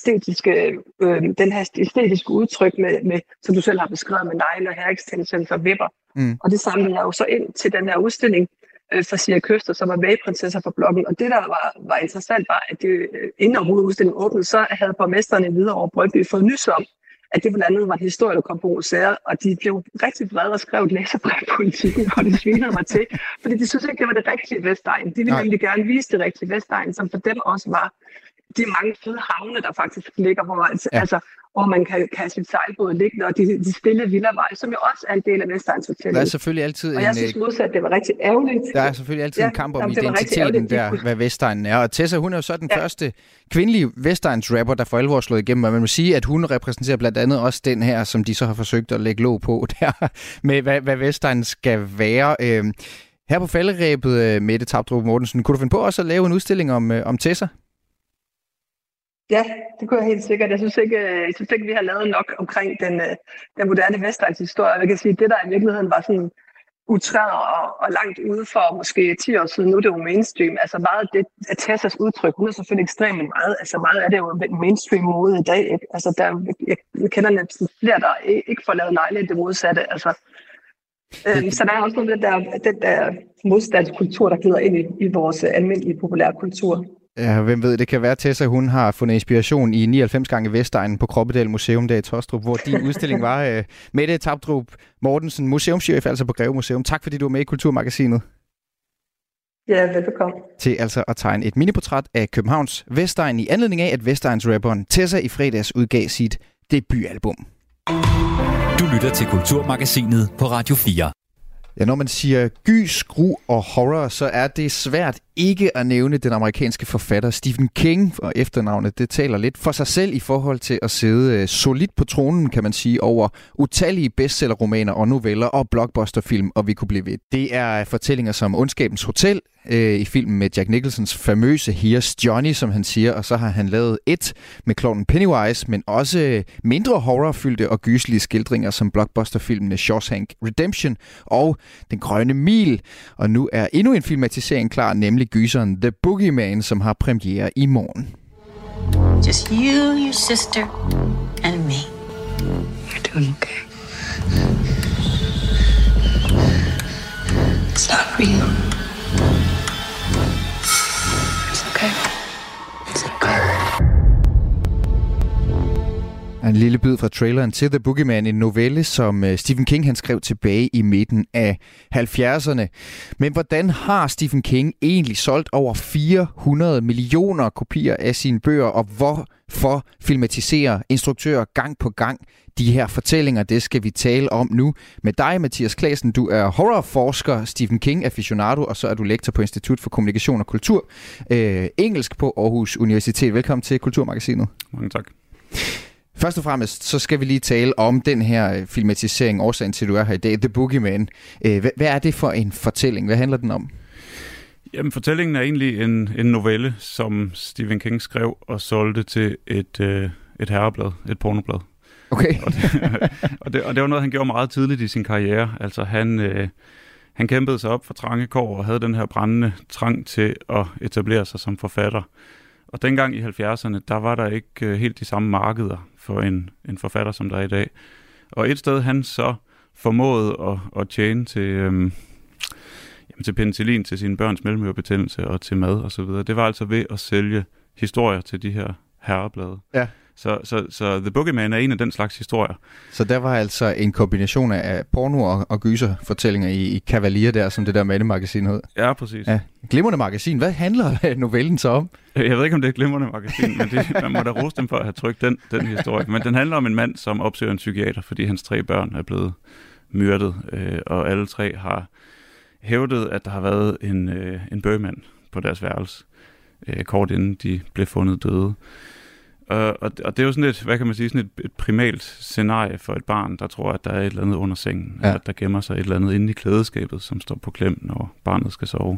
æstetiske udtryk med, som du selv har beskrevet, med negle og hair-extensions og vipper. Og det samlede jeg jo så ind til den her udstilling for Sia Køster, som var med i Prinsesser for Blokken. Og det, der var interessant, var, at inden overhovedet udstillingen åbnede, så havde borgmesterne i Hvidovre Brøndby fået nys om, at det blandt andet var en historie, der kom på museer, og de blev rigtig vrede og skrev et læserbrev på Politikken, og de svinede mig til, fordi de synes ikke, det var det rigtige Vestegn. De ville nemlig gerne vise det rigtige Vestegn, som for dem også var de mange fede havne, der faktisk ligger, hvor hvor man kan have sit sejlbåd liggende, og de stille villavej, som jo også er en del af Vestegns fortælling. Der er selvfølgelig altid og jeg synes modsat, det var rigtig ærgerligt. Der er selvfølgelig altid en kamp om identiteten der, hvad Vestegnen er. Og Tessa, hun er jo så den første kvindelige Vestegns rapper, der for alvor slået igennem, og man må sige, at hun repræsenterer blandt andet også den her, som de så har forsøgt at lægge låg på der, med hvad Vestegn skal være. Her på falderæbet, Mette Tapdrup Mortensen, kunne du finde på også at lave en udstilling om Tessa? Ja, det kunne jeg helt sikkert. Jeg synes ikke, vi har lavet nok omkring den moderne Vestegns historie. Jeg kan sige, at det, der i virkeligheden var sådan utræret og langt ude for måske 10 år siden, nu er det jo mainstream. Altså meget af det af Tessas udtryk, hun er selvfølgelig ekstremt meget. Altså meget af det er jo mainstream mode i dag. Ikke? Altså jeg kender næsten flere, der ikke får lavet nejligt det modsatte. Altså, så der er også noget af den der modstandskultur, der glider ind i vores almindelige populære kultur. Ja, hvem ved, det kan være, Tessa, hun har fundet inspiration i 99 gange Vestegnen på Kroppedal Museum der i Tostrup, hvor din udstilling var. Mette Tapdrup Mortensen, museumschef altså på Greve Museum. Tak fordi du var med i Kulturmagasinet. Ja, velbekomme. Til altså at tegne et miniportræt af Københavns Vestegn i anledning af, at Vestegns-rapperen Tessa i fredags udgav sit debutalbum. Du lytter til Kulturmagasinet på Radio 4. Ja, når man siger gys, gru og horror, så er det svært ikke at nævne den amerikanske forfatter Stephen King, og efternavnet det taler lidt for sig selv i forhold til at sidde solidt på tronen, kan man sige, over utallige bestsellerromaner og noveller og blockbusterfilm, og vi kunne blive ved. Det er fortællinger som Ondskabens Hotel, i filmen med Jack Nicholsons famøse Here's Johnny, som han siger, og så har han lavet et med klovnen Pennywise, men også mindre horrorfyldte og gyselige skildringer som blockbusterfilmene Shawshank Redemption og Den Grønne Mil. Og nu er endnu en filmatisering klar, nemlig gyseren The Boogeyman, som har premiere i morgen. Just you, your sister, and me. You're doing okay. It's not real. It's okay. It's okay. En lille bid fra traileren til The Boogeyman, en novelle, som Stephen King han skrev tilbage i midten af 70'erne. Men hvordan har Stephen King egentlig solgt over 400 millioner kopier af sine bøger, og hvorfor filmatiserer instruktører gang på gang de her fortællinger? Det skal vi tale om nu med dig, Mathias Claesen. Du er horrorforsker, Stephen King aficionado, og så er du lektor på Institut for Kommunikation og Kultur, engelsk på Aarhus Universitet. Velkommen til Kulturmagasinet. Mange tak. Først og fremmest, så skal vi lige tale om den her filmatisering, årsagen til, at du er her i dag, The Boogeyman. Hvad er det for en fortælling? Hvad handler den om? Jamen, fortællingen er egentlig en novelle, som Stephen King skrev og solgte til et herreblad, et pornoblad. Okay. og det var noget, han gjorde meget tidligt i sin karriere. Altså, han kæmpede sig op for trange kår og havde den her brændende trang til at etablere sig som forfatter. Og dengang i 70'erne, der var der ikke helt de samme markeder for en forfatter, som der er i dag. Og et sted, han så formåede at tjene til penicillin, til sine børns mellemørebetændelse og til mad og så videre. Det var altså ved at sælge historier til de her herreblade. Ja. Så The Boogeyman er en af den slags historier. Så der var altså en kombination af porno og gyserfortællinger i Cavalier der, som det der mandemagasin hed. Ja, præcis. Ja. Glimrende magasin. Hvad handler novellen så om? Jeg ved ikke, om det er et glimrende magasin, men man må da rose dem for at have trykt den historie. Men den handler om en mand, som opsøger en psykiater, fordi hans 3 børn er blevet myrdet, og alle 3 har hævdet, at der har været en bøgemand på deres værelse, kort inden de blev fundet døde. Og det er jo sådan et, hvad kan man sige, sådan et primalt scenarie for et barn, der tror, at der er et eller andet under sengen, at der gemmer sig et eller andet inde i klædeskabet, som står på klem, når barnet skal sove.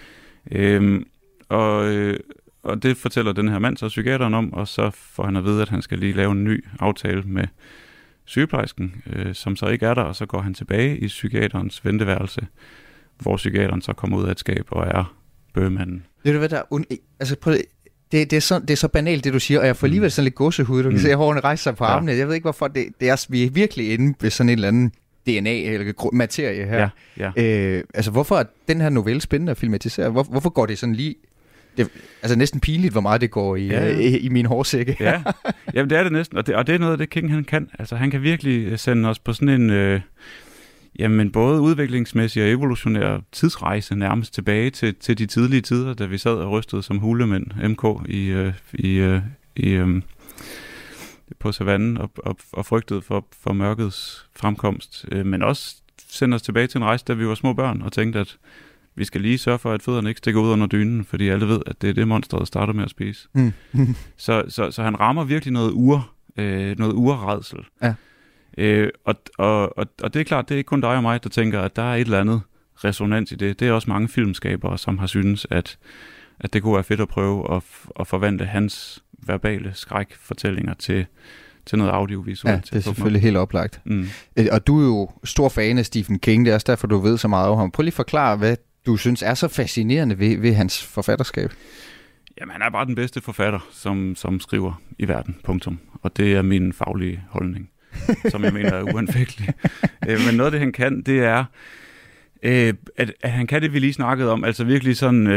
Og det fortæller den her mand så psykiateren om, og så får han at vide, at han skal lige lave en ny aftale med sygeplejersken, som så ikke er der, og så går han tilbage i psykiaterens venteværelse, hvor psykiateren så kommer ud af et skab og er bøgemanden. Det er hvad der Det er så banalt, det du siger, og jeg får alligevel sådan lidt gåsehud. Du kan se, at hårene rejser sig på armene. Jeg ved ikke, hvorfor det er, vi er virkelig inde ved sådan en eller anden DNA eller materie her. Ja. Altså, hvorfor er den her novelle spændende at filmatisere? Hvorfor går det sådan lige... altså næsten pinligt, hvor meget det går i mine hårsække. Ja, jamen det er det næsten, og det er noget af det, King han kan. Altså, han kan virkelig sende os på sådan en... Jamen både udviklingsmæssig og evolutionær tidsrejse nærmest tilbage til de tidlige tider, da vi sad og rystede som hulemænd, MK, på savannen og frygtede for mørkets fremkomst, men også sendte os tilbage til en rejse, da vi var små børn, og tænkte, at vi skal lige sørge for, at fødderne ikke stikker ud under dynen, fordi alle ved, at det er det, monsteret starter med at spise. Så han rammer virkelig noget urrædsel. Ja. Og det er klart, det er ikke kun dig og mig, der tænker, at der er et eller andet resonans i det. Det er også mange filmskabere, som har syntes, at det kunne være fedt at prøve at forvandle hans verbale skrækfortællinger til noget audiovisuelt. Ja, det er selvfølgelig helt oplagt. Og du er jo stor fan af Stephen King, det er også derfor, du ved så meget om ham. Prøv lige at forklare, hvad du synes er så fascinerende ved hans forfatterskab. Jamen, han er bare den bedste forfatter, som skriver i verden, punktum. Og det er min faglige holdning, som jeg mener er uanfægtelig. Men noget af det, han kan, det er, at han kan det, vi lige snakkede om, altså virkelig sådan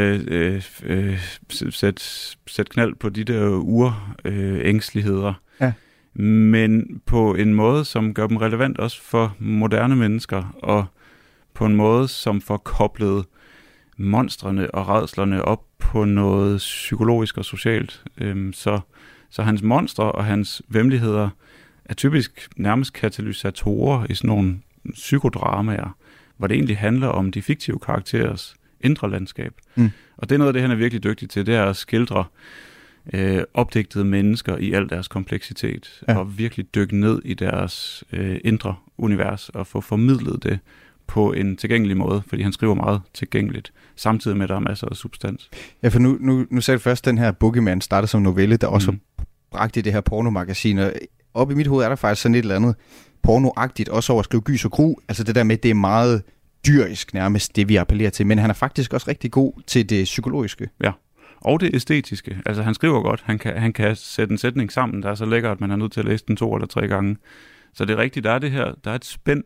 sæt knald på de der urængsligheder, men på en måde, som gør dem relevant også for moderne mennesker, og på en måde, som får koblet monstrene og rædslerne op på noget psykologisk og socialt. Så hans monstre og hans væmmeligheder er typisk nærmest katalysatorer i sådan nogle psykodramaer, hvor det egentlig handler om de fiktive karakterers indre landskab. Og det er noget af det, han er virkelig dygtig til, det er at skildre opdigtede mennesker i al deres kompleksitet, og virkelig dykke ned i deres indre univers, og få formidlet det på en tilgængelig måde, fordi han skriver meget tilgængeligt, samtidig med, at der er masser af substans. Ja, for nu sagde du først, den her Boogeyman startede som novelle, der også bragt i det her pornomagasin, og oppe i mit hoved er der faktisk sådan et eller andet pornoagtigt, også over at skrive gys og gru, altså det der med, det er meget dyrisk nærmest, det vi appellerer til, men han er faktisk også rigtig god til det psykologiske. Ja, og det æstetiske. Altså han skriver godt, han kan sætte en sætning sammen, der er så lækker, at man er nødt til at læse den 2 eller 3 gange. Så det er rigtigt, der er et spænd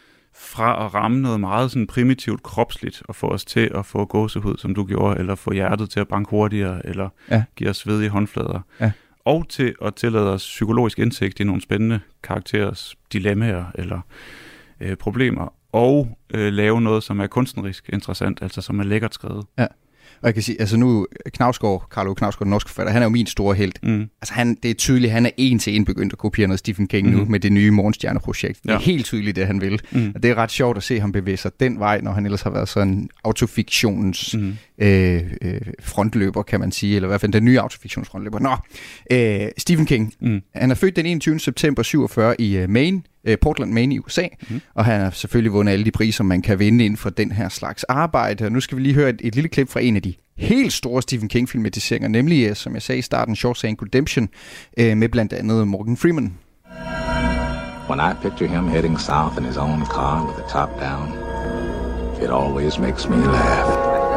fra at ramme noget meget sådan primitivt kropsligt, og få os til at få gåsehud, som du gjorde, eller få hjertet til at banke hurtigere, eller give os svedige håndflader. Ja. Og til at tillade os psykologisk indsigt i nogle spændende karakterers dilemmaer eller problemer, og lave noget, som er kunstnerisk interessant, altså som er lækkert skrevet. Ja. Og jeg kan sige, altså nu, Carlo Knausgård, den norske forfatter, han er jo min store helt. Altså det er tydeligt, han er en til en begyndt at kopiere noget Stephen King nu, med det nye Morgenstjerne-projekt. Det er helt tydeligt, det han vil. Og det er ret sjovt at se ham bevæge sig den vej, når han ellers har været sådan autofiktionens frontløber, kan man sige, eller i hvert fald den nye autofiktionsfrontløber. Stephen King, han er født den 21. september 47 i Maine, Portland, Maine i USA, og han har selvfølgelig vundet alle de priser, man kan vinde inden for den her slags arbejde. Og nu skal vi lige høre et lille klip fra en af de helt store Stephen King-filmatiseringer, nemlig, som jeg sagde i starten, Shawshank Redemption, med blandt andet Morgan Freeman. When I picture him heading south in his own car with the top down, it always makes me laugh.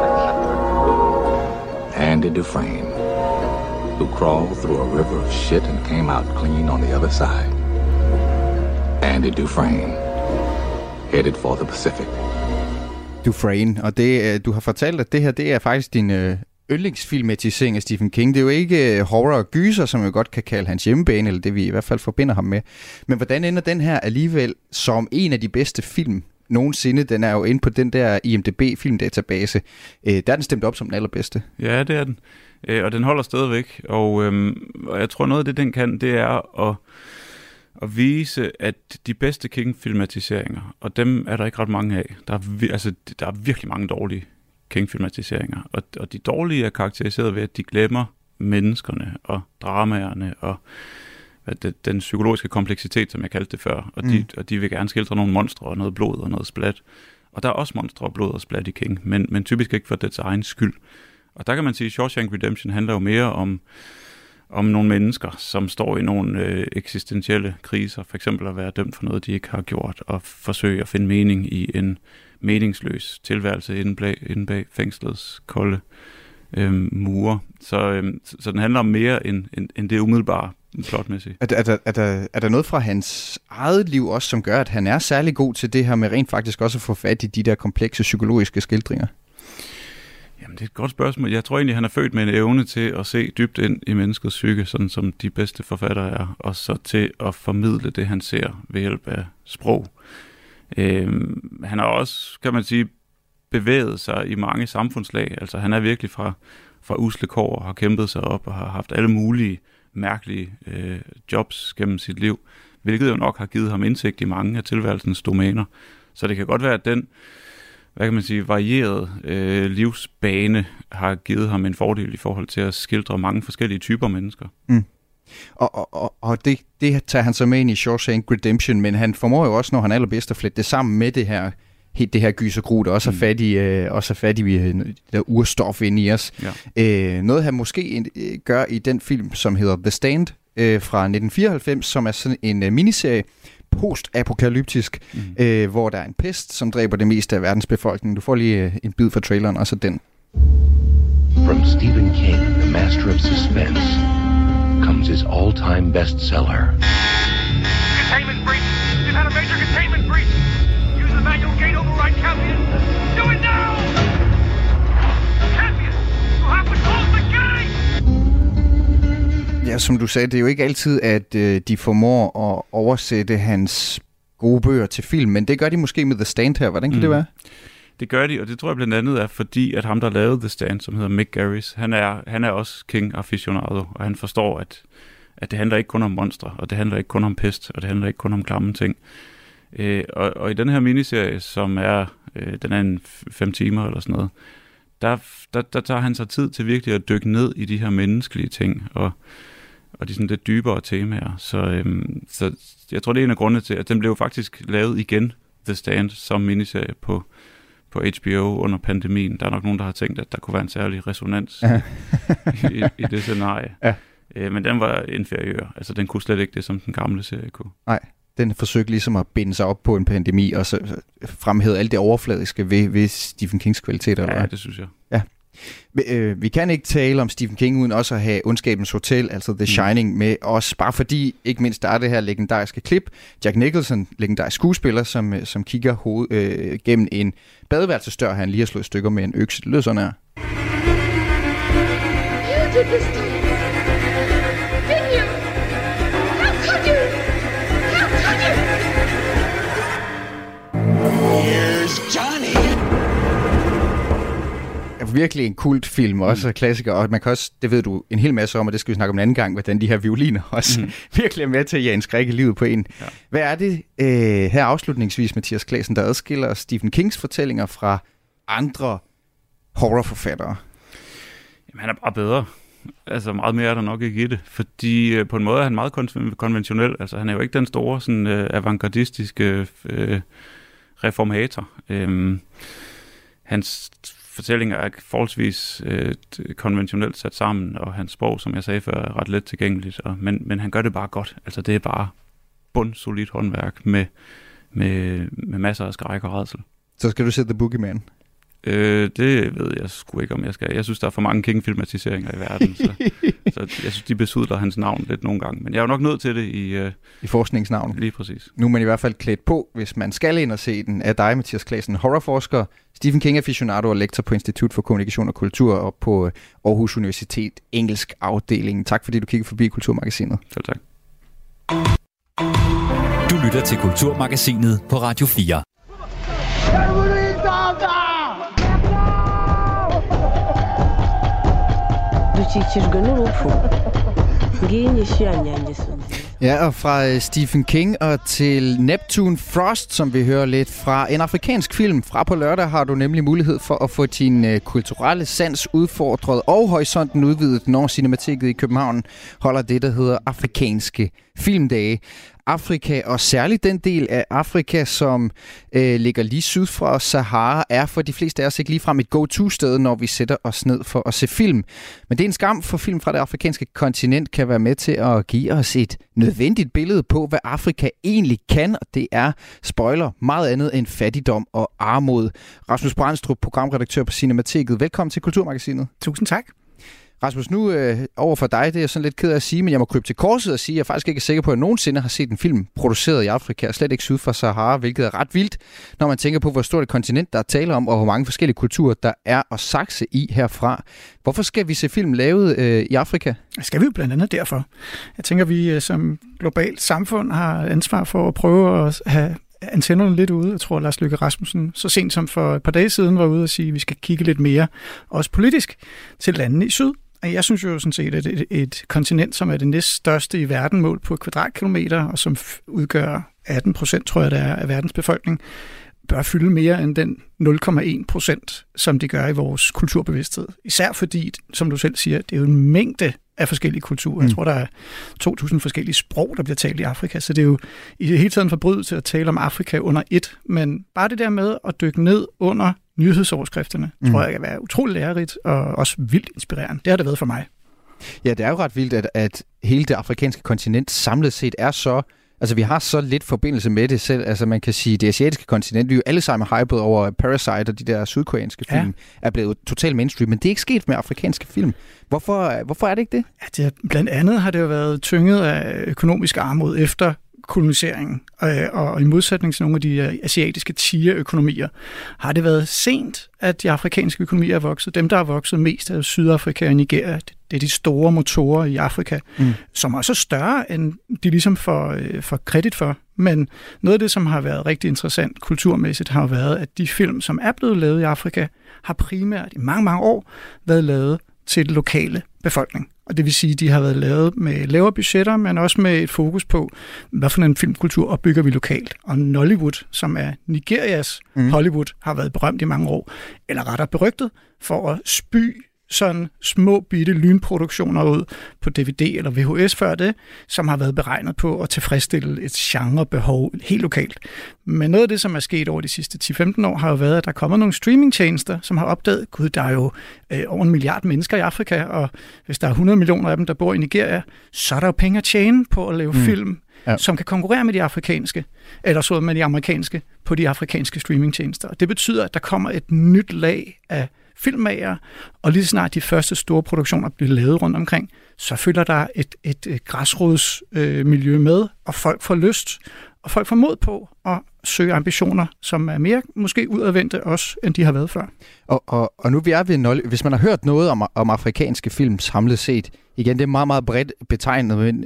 Andy Dufresne, who crawled through a river of shit and came out clean on the other side. Andy Dufresne, headed for the Pacific. Dufresne, og det, du har fortalt, at det her, det er faktisk din yndlingsfilmatisering af Stephen King. Det er jo ikke horror og gyser, som jeg godt kan kalde hans hjemmebane, eller det vi i hvert fald forbinder ham med. Men hvordan ender den her alligevel som en af de bedste film nogensinde? Den er jo inde på den der IMDb-filmdatabase. Der er den stemt op som den allerbedste. Ja, det er den. Og den holder stadigvæk. Og jeg tror, noget af det, den kan, det er at vise, at de bedste King-filmatiseringer, og dem er der ikke ret mange af. Der er virkelig mange dårlige King-filmatiseringer, og de dårlige er karakteriseret ved, at de glemmer menneskerne og dramaerne og den psykologiske kompleksitet, som jeg kaldte det før, og de vil gerne skildre nogle monstre og noget blod og noget splat. Og der er også monstre og blod og splat i King, men typisk ikke for dets egen skyld. Og der kan man sige, at Shawshank Redemption handler jo mere om nogle mennesker, som står i nogle eksistentielle kriser, for eksempel at være dømt for noget, de ikke har gjort, og forsøge at finde mening i en meningsløs tilværelse inde bag fængslets kolde mure. Så den handler om mere end det umiddelbare plotmæssigt. Er der noget fra hans eget liv også, som gør, at han er særlig god til det her med rent faktisk også at få fat i de der komplekse psykologiske skildringer? Jamen, det er et godt spørgsmål. Jeg tror egentlig, han er født med en evne til at se dybt ind i menneskets psyke, sådan som de bedste forfattere er, og så til at formidle det, han ser ved hjælp af sprog. Han har også, kan man sige, bevæget sig i mange samfundslag. Altså, han er virkelig fra usle kår og har kæmpet sig op og har haft alle mulige mærkelige jobs gennem sit liv, hvilket jo nok har givet ham indsigt i mange af tilværelsens domæner. Så det kan godt være, at den, hvad kan man sige, varierede livsbane har givet ham en fordel i forhold til at skildre mange forskellige typer mennesker. Mm. Og det tager han så med ind i Shawshank Redemption, men han formår jo også, når han er allerbedst, at flette det sammen med det her gysergru, der også er fat i det der urstof inde i os. Ja. Noget han måske gør i den film, som hedder The Stand fra 1994, som er sådan en miniserie, post-apokalyptisk, hvor der er en pest, som dræber det meste af verdens befolkning. Du får lige en bid fra traileren, og så den. From Stephen King, the master of suspense, comes his all-time bestseller. Containment breach! You've had a major containment breach! Use the manual gate override, Campion! Do it now! Campion! You have to close the gate! Ja, som du sagde, det er jo ikke altid, at de formår at oversætte hans gode bøger til film, men det gør de måske med The Stand her. Hvordan kan det være? Det gør de, og det tror jeg blandt andet er, fordi at ham, der lavede The Stand, som hedder Mick Garris, han er også King aficionado, og han forstår, at det handler ikke kun om monstre, og det handler ikke kun om pest, og det handler ikke kun om klamme ting. Og i den her miniserie, som er, den er en 5 timer eller sådan noget, der tager han sig tid til virkelig at dykke ned i de her menneskelige ting, og de sådan lidt dybere temaer. Så jeg tror, det er en af grundene til, at den blev faktisk lavet igen, The Stand, som miniserie på HBO under pandemien. Der er nok nogen, der har tænkt, at der kunne være en særlig resonans i det scenarie. Ja. Men den var inferiør. Altså, den kunne slet ikke det, som den gamle serie kunne. Nej, den forsøgte ligesom at binde sig op på en pandemi, og så fremhævede alt det overfladiske ved Stephen Kings kvaliteter. Ja, det synes jeg. Ja. Vi kan ikke tale om Stephen King uden også at have Ondskabens Hotel, altså The Shining, med os, bare fordi, ikke mindst, der er det her legendariske klip. Jack Nicholson, legendarisk skuespiller, som kigger gennem en badeværelsesdør, han lige har slået stykker med en økse. Det lyder sådan her. You did this to me. Didn't you? How could you? How could you? Here's Johnny. Virkelig en kultfilm, også klassiker, og man kan også, det ved du en hel masse om, og det skal vi snakke om en anden gang, hvordan de her violiner også virkelig er med til at jage en skræk i livet på en. Ja. Hvad er det her afslutningsvis, Mathias Claesen, der adskiller Stephen Kings fortællinger fra andre horrorforfattere? Jamen, han er bare bedre. Altså, meget mere er der nok ikke i det, fordi på en måde er han meget konventionel. Altså, han er jo ikke den store, sådan avantgardistiske reformator. Hans fortællinger er forholdsvis konventionelt sat sammen, og hans sprog, som jeg sagde før, er ret let tilgængeligt. Men han gør det bare godt. Altså, det er bare bundsolidt håndværk med masser af skræk og rædsel. Så skal du se The Boogeyman? Det ved jeg sgu ikke, om jeg skal. Jeg synes, der er for mange King-filmatiseringer i verden, så jeg synes, de besudler hans navn lidt nogle gange. Men jeg er jo nok nødt til det i forskningsnavn. Lige præcis. Nu er man i hvert fald klædt på, hvis man skal ind og se den, af dig, Mathias Claesen, horrorforsker, Stephen King aficionado og lektor på Institut for Kommunikation og Kultur og på Aarhus Universitet Engelsk afdelingen. Tak fordi du kiggede forbi Kulturmagasinet. Selv tak. Du lytter til Kulturmagasinet på Radio 4. Ja, og fra Stephen King og til Neptune Frost, som vi hører lidt fra en afrikansk film. Fra på lørdag har du nemlig mulighed for at få din kulturelle sans udfordret og horisonten udvidet, når Cinemateket i København holder det, der hedder Afrikanske Filmdage. Afrika, og særligt den del af Afrika, som ligger lige syd for Sahara, er for de fleste af os ikke ligefrem et go-to-sted, når vi sætter os ned for at se film. Men det er en skam, for film fra det afrikanske kontinent kan være med til at give os et nødvendigt billede på, hvad Afrika egentlig kan, og det er, spoiler, meget andet end fattigdom og armod. Rasmus Brandstrup, programredaktør på Cinemateket. Velkommen til Kulturmagasinet. Tusind tak. Rasmus, nu over for dig, det er jeg sådan lidt ked af at sige, men jeg må krybe til korset og sige, at jeg faktisk ikke er sikker på, at jeg nogensinde har set en film produceret i Afrika, slet ikke syd for Sahara, hvilket er ret vildt, når man tænker på, hvor stort et kontinent, der er tale om, og hvor mange forskellige kulturer, der er at sakse i herfra. Hvorfor skal vi se film lavet i Afrika? Skal vi jo blandt andet derfor. Jeg tænker, vi som globalt samfund har ansvar for at prøve at have antennerne lidt ude. Jeg tror, Lars Løkke Rasmussen så sent som for et par dage siden var ude og sige, at vi skal kigge lidt mere, også politisk, til landene i syd. Jeg synes jo sådan set, at et kontinent, som er det næststørste i verden målt på kvadratkilometer, og som udgør 18%, tror jeg det er, af verdens befolkning, bør fylde mere end den 0,1%, som det gør i vores kulturbevidsthed. Især fordi, som du selv siger, det er jo en mængde af forskellige kulturer. Jeg tror, der er 2.000 forskellige sprog, der bliver talt i Afrika, så det er jo i det hele taget en forbrydelse at tale om Afrika under et, men bare det der med at dykke ned under nyhedsoverskrifterne, tror jeg kan være utroligt lærerigt og også vildt inspirerende. Det har det været for mig. Ja, det er jo ret vildt, at hele det afrikanske kontinent samlet set er så... Altså, vi har så lidt forbindelse med det selv. Altså, man kan sige, det asiatiske kontinent, vi er jo alle sammen hyped over Parasite og de der sydkoreanske film, er blevet totalt mainstream, men det er ikke sket med afrikanske film. Hvorfor er det ikke det? Ja, blandt andet har det jo været tynget af økonomisk armod efter koloniseringen, og i modsætning til nogle af de asiatiske tigerøkonomier, har det været sent, at de afrikanske økonomier er vokset. Dem, der er vokset mest, er Sydafrika og Nigeria. Det er de store motorer i Afrika, som er så større, end de ligesom får kredit for. Men noget af det, som har været rigtig interessant kulturmæssigt, har jo været, at de film, som er blevet lavet i Afrika, har primært i mange, mange år været lavet til den lokale befolkning. Og det vil sige, at de har været lavet med lavere budgetter, men også med et fokus på, hvad for en filmkultur opbygger vi lokalt. Og Nollywood, som er Nigerias Hollywood, har været berømt i mange år, eller rettere berygtet, for at spy sådan små bitte lynproduktioner ud på DVD eller VHS før det, som har været beregnet på at tilfredsstille et genrebehov helt lokalt. Men noget af det, som er sket over de sidste 10-15 år, har jo været, at der kommer nogle streamingtjenester, som har opdaget, gud, der er jo over 1 milliard mennesker i Afrika, og hvis der er 100 millioner af dem, der bor i Nigeria, så er der jo penge at tjene på at lave film, som kan konkurrere med de afrikanske, eller så med de amerikanske, på de afrikanske streamingtjenester. Og det betyder, at der kommer et nyt lag af filmmager, og lige snart de første store produktioner bliver lavet rundt omkring, så følger der et græsrodsmiljø med, og folk får lyst, og folk får mod på at søge ambitioner, som er mere måske udadvendte også, end de har været før. Og nu vi er ved hvis man har hørt noget om afrikanske film samlet set, igen, det er meget, meget bredt betegnet, men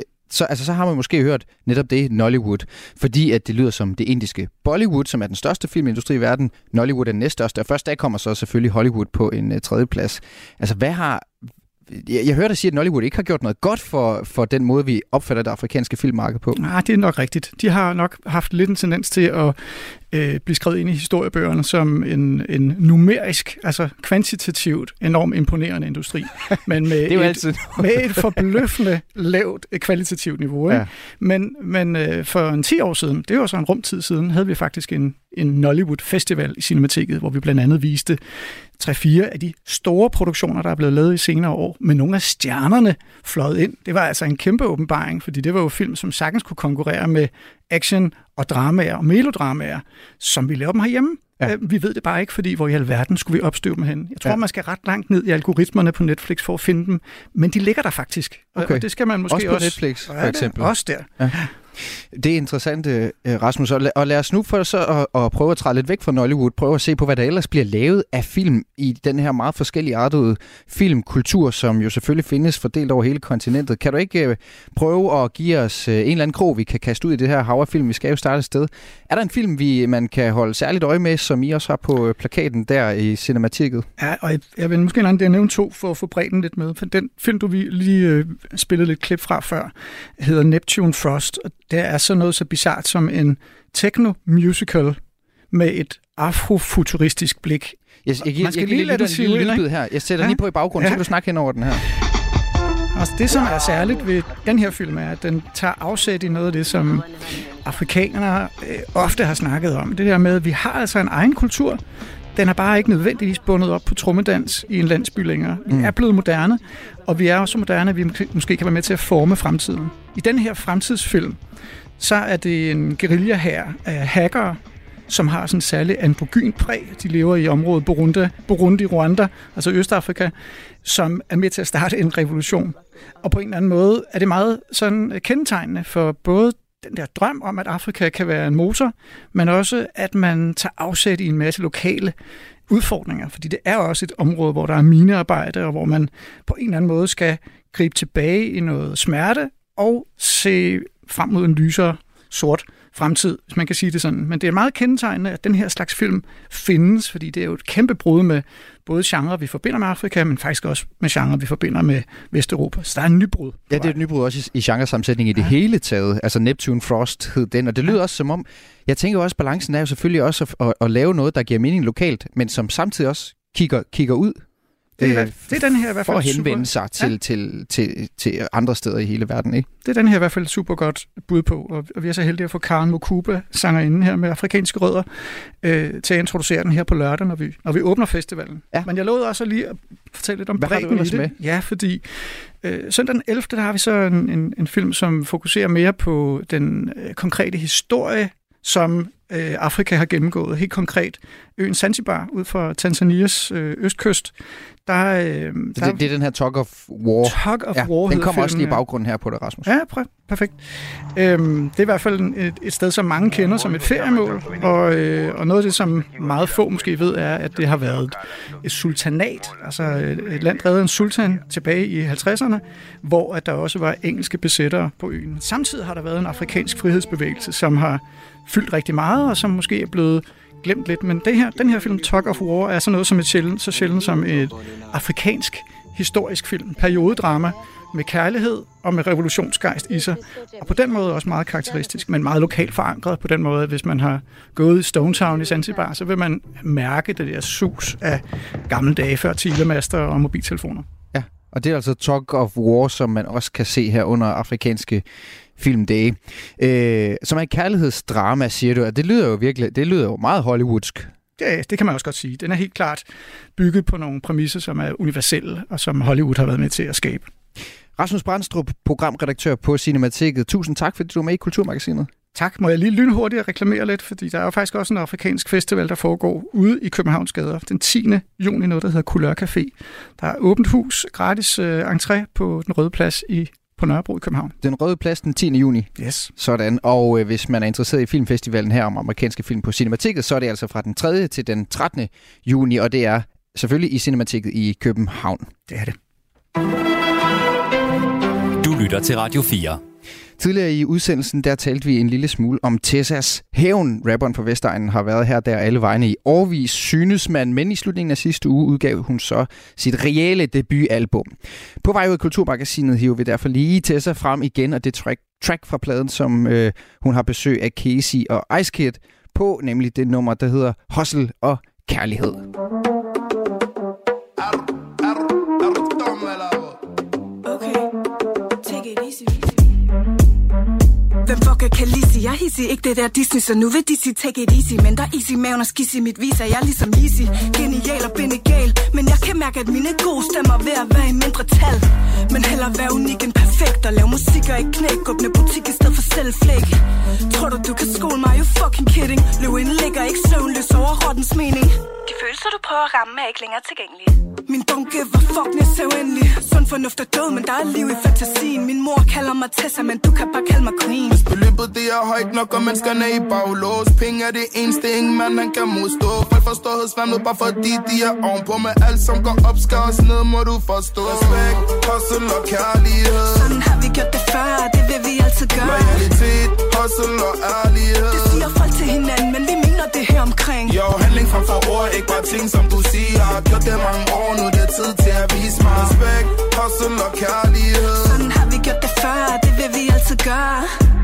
så har man måske hørt netop det, Nollywood, fordi at det lyder som det indiske Bollywood, som er den største filmindustri i verden. Nollywood er den næststørste, og først der kommer så selvfølgelig Hollywood på en tredje plads. Altså, jeg hørte dig sige, at Nollywood ikke har gjort noget godt for den måde, vi opfatter det afrikanske filmmarked på. Nej, det er nok rigtigt. De har nok haft lidt en tendens til at blive skrevet ind i historiebøgerne som en numerisk, altså kvantitativt enormt imponerende industri, men med et forbløffende lavt kvalitativt niveau. Ikke? Ja. Men for en 10 år siden, det var så en rumtid siden, havde vi faktisk en Nollywood Festival i Cinemateket, hvor vi blandt andet viste 3-4 af de store produktioner, der er blevet lavet i senere år, med nogle af stjernerne fløjet ind. Det var altså en kæmpe åbenbaring, fordi det var jo film, som sagtens kunne konkurrere med action og dramaer og melodramaer, som vi laver dem herhjemme. Ja. Vi ved det bare ikke, fordi hvor i alverden skulle vi opstøve dem hen. Jeg tror, man skal ret langt ned i algoritmerne på Netflix for at finde dem, men de ligger der faktisk. Okay. Og det skal man måske også på Netflix, for eksempel. Også der. Ja. Det er interessant, Rasmus. Og lad os nu for så at prøve at træde lidt væk fra Nollywood, prøve at se på, hvad der ellers bliver lavet af film i den her meget forskellige artede filmkultur, som jo selvfølgelig findes fordelt over hele kontinentet. Kan du ikke prøve at give os en eller anden krog, vi kan kaste ud i det her hav af film? Vi skal jo starte et sted. Er der en film, man kan holde særligt øje med, som I også har på plakaten der i Cinemateket? Ja, og jeg vil måske nævne 2 for at få bredden lidt med. For den film, du lige spillede lidt klip fra før, hedder Neptune Frost, og det er så noget så bizart som en techno-musical med et afrofuturistisk blik. Jeg giver lige lade den lydbid her. Jeg sætter lige på i baggrunden, så kan du snakke hen over den her. Og det, som er særligt ved den her film, er, at den tager afsæt i noget af det, som afrikanere ofte har snakket om. Det der med, at vi har altså en egen kultur. Den er bare ikke nødvendigvis bundet op på trommedans i en landsby længere. Vi er blevet moderne, og vi er også moderne, at vi måske kan være med til at forme fremtiden. I den her fremtidsfilm, så er det en guerillahær af hackere, som har sådan en særlig androgyn præg. De lever i området Burundi, Rwanda, altså Østafrika, som er med til at starte en revolution. Og på en eller anden måde er det meget sådan kendetegnende for både den der drøm om, at Afrika kan være en motor, men også, at man tager afsæt i en masse lokale udfordringer. Fordi det er også et område, hvor der er minearbejde, og hvor man på en eller anden måde skal gribe tilbage i noget smerte og se frem mod en lysere sort fremtid, hvis man kan sige det sådan. Men det er meget kendetegnende, at den her slags film findes, fordi det er jo et kæmpe brud med både genre, vi forbinder med Afrika, men faktisk også med genre, vi forbinder med Vesteuropa. Så der er en nybrud. Ja, det er et nybrud også i genresammensætning i det hele taget. Altså Neptune Frost hed den, og det lyder også som om, jeg tænker også, balancen er jo selvfølgelig også at lave noget, der giver mening lokalt, men som samtidig også kigger ud. Det er den her i hvert fald for at henvende sig til andre steder i hele verden, ikke? Det er den her i hvert fald super godt bud på, og vi er så heldige at få Karen Mokuba, sangerinden her med afrikanske rødder, til at introducere den her på lørdag, når vi åbner festivalen. Ja. Men jeg lovede også lige at fortælle lidt om bredden i det. Med? Ja, fordi søndag den 11. der har vi så en film, som fokuserer mere på den konkrete historie, som Afrika har gennemgået. Helt konkret øen Zanzibar ud for Tanzanias østkyst. Det er den her Tug of War. Tug of War. Den kommer også lige i baggrunden her på det, Rasmus. Ja, perfekt. Det er i hvert fald et sted, som mange kender som et feriemål, og noget af det, som meget få måske ved, er, at det har været et sultanat, altså et land drevet af en sultan tilbage i 50'erne, hvor at der også var engelske besættere på øen. Samtidig har der været en afrikansk frihedsbevægelse, som har fyldt rigtig meget, og som måske er blevet glemt lidt, men den her film, Tug of War, er sådan noget som så sjældent som et afrikansk historisk film, periodedrama med kærlighed og med revolutionsgejst i sig, og på den måde også meget karakteristisk, men meget lokalt forankret på den måde, at hvis man har gået i Stone Town i Zanzibar, så vil man mærke det der sus af gamle dage før telemaster og mobiltelefoner. Ja, og det er altså Tug of War, som man også kan se her under afrikanske filmdage. Som er et kærlighedsdrama, siger du, og det lyder jo meget hollywoodsk. Ja, det kan man også godt sige. Den er helt klart bygget på nogle præmisser, som er universelle, og som Hollywood har været med til at skabe. Rasmus Brandstrup, programredaktør på Cinemateket. Tusind tak, fordi du er med i Kulturmagasinet. Tak. Må jeg lige lynhurtigt reklamere lidt, fordi der er jo faktisk også en afrikansk festival, der foregår ude i Københavns gader. Den 10. juni, noget der hedder Couleur Café. Der er åbent hus, gratis entré på Den Røde Plads på Nørrebro i København. Den Røde Plads den 10. juni. Yes. Sådan. Og hvis man er interesseret i filmfestivalen her om amerikanske film på Cinemateket, så er det altså fra den 3. til den 13. juni, og det er selvfølgelig i Cinemateket i København. Det er det. Du lytter til Radio 4. Tidligere i udsendelsen, der talte vi en lille smule om Tessas hævn. Rapperen fra Vestegnen har været her der alle vegne i årevis, synes man, men i slutningen af sidste uge udgav hun så sit reelle debutalbum. På vej ud af Kulturmagasinet hiver vi derfor lige Tessa frem igen, og det track fra pladen, som hun har besøg af Casey og Ice Kid på, nemlig det nummer, der hedder Hustle og Kærlighed. Hvem fucker kan Lizzy? Jeg hissig, ikke det der Disney, så nu vil Dizzy take it easy. Men der er easy maven og skisse i mit vis, er jeg ligesom Lizzy. Genial og benegal, men jeg kan mærke, at mine gode stemmer ved at være i mindre tal. Men heller være unik end perfekt og lave musik og ikke knæk. Åbne butik i stedet for selvflæk. Tror du kan skole mig? You fucking kidding. Løven ligger ikke søvnløs over rottens mening. De følelser, du prøver at ramme, er ikke længere tilgængelige. Min don't give a fuck, næs er uendelig. Sund fornuft er død, men der er liv i fantasien. Min mor kalder mig Tessa, men du kan bare kalde mig Queen. Hvis beløbet det er højt nok, og menneskerne i baglås. Penge er det eneste, ingen mand han kan modstå. Folk forstår hedsværmet, bare fordi de er ovenpå. Med alt som går op, skal os ned, må du forstå. Respekt, hustle og kærlighed. Sådan har vi gjort det før, det vil vi altid gøre. Loyalitet, hustle og ærlighed. Det siger folk til hinanden, men vi mener det her omkring. Jo, handling frem for ord, ikke bare ting som du siger. Jeg har gjort det mange år, nu det er tid til at vise mig. Respekt, hustle og kærlighed. Sådan har vi gjort det før, det vil vi altid gøre.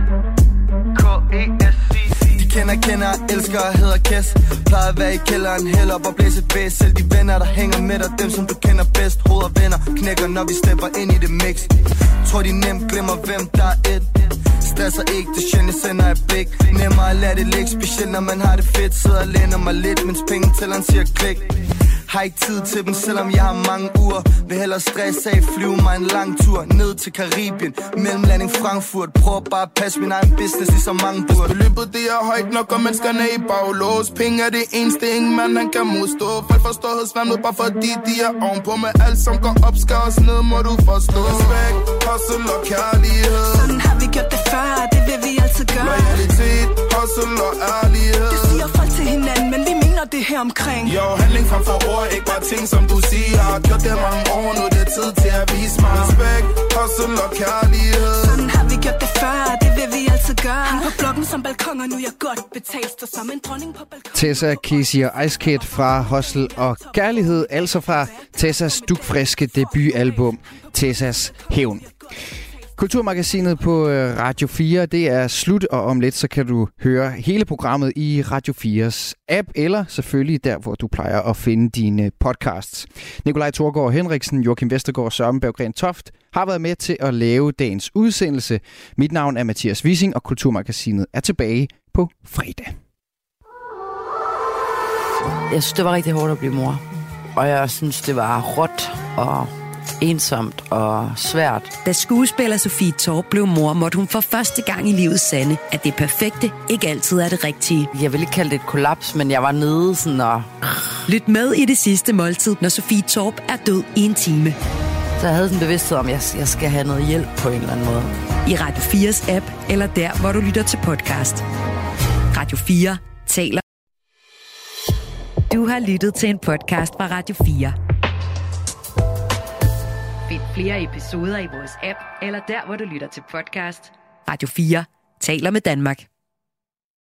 Kender, elsker og hedder Kæs. Plejer at være i kælderen, hælder op og blæse et bæs. Selv de venner, der hænger med dig, dem som du kender bedst. Hoveder venner, knækker når vi stepper ind i det mix. Tror de nemt glemmer hvem der er et. Stresser ikke, det sjældent sender et blik. Nemmere at lade det ligge, specielt når man har det fedt. Sidder og læner mig lidt, mens penge tælleren siger klik. Har ikke tid til dem, selvom jeg har mange uger. Vil hellere stresse af, flyve mig en lang tur ned til Karibien, mellemlanding Frankfurt. Prøv bare at passe min egen business, ligesom mange burde. Hvis beløbet det er højt nok, og menneskerne i baglås. Penge er det eneste, ingen mand han kan modstå. Folk forstår hedsværmet, bare fordi de er ovenpå. Med alt som går op, skal os ned, må du forstå. Respekt, hustle og kærlighed. Sådan har vi gjort det før, det vil vi altid gøre. Loyalitet, hustle og ærlighed. Det siger folk til hinanden, men vi mener det her omkring. Jo, handling frem for ord, ikke bare ting som du siger. Har gjort det mange år, nu det er tid til at vise mig respekt, hustle og kærlighed. Sådan har vi gjort det før, det vil vi altid gøre. Han på blokken som balkonger, nu jeg godt betalt. Står som en dronning på balkon. Tessa, Casey og Ice Kid fra Hustle og Kærlighed, altså fra Tessas dugfriske debutalbum Tessas Hævn. Kulturmagasinet på Radio 4, det er slut, og om lidt så kan du høre hele programmet i Radio 4's app, eller selvfølgelig der, hvor du plejer at finde dine podcasts. Nikolaj Thorgård Henriksen, Joachim Vestergaard og Søren Berggren Toft har været med til at lave dagens udsendelse. Mit navn er Mathias Wissing, og Kulturmagasinet er tilbage på fredag. Jeg synes, det var rigtig hårdt at blive mor, og jeg synes, det var råt og ensomt og svært. Da skuespiller Sofie Torp blev mor, måtte hun for første gang i livet sande, at det perfekte ikke altid er det rigtige. Jeg vil ikke kalde det et kollaps, men jeg var nede sådan og... Lyt med i det sidste måltid, når Sofie Torp er død i en time. Så jeg havde sådan en bevidsthed om, at jeg skal have noget hjælp på en eller anden måde. I Radio 4's app, eller der, hvor du lytter til podcast. Radio 4 taler. Du har lyttet til en podcast fra Radio 4. Find flere episoder i vores app, eller der, hvor du lytter til podcast. Radio 4 taler med Danmark.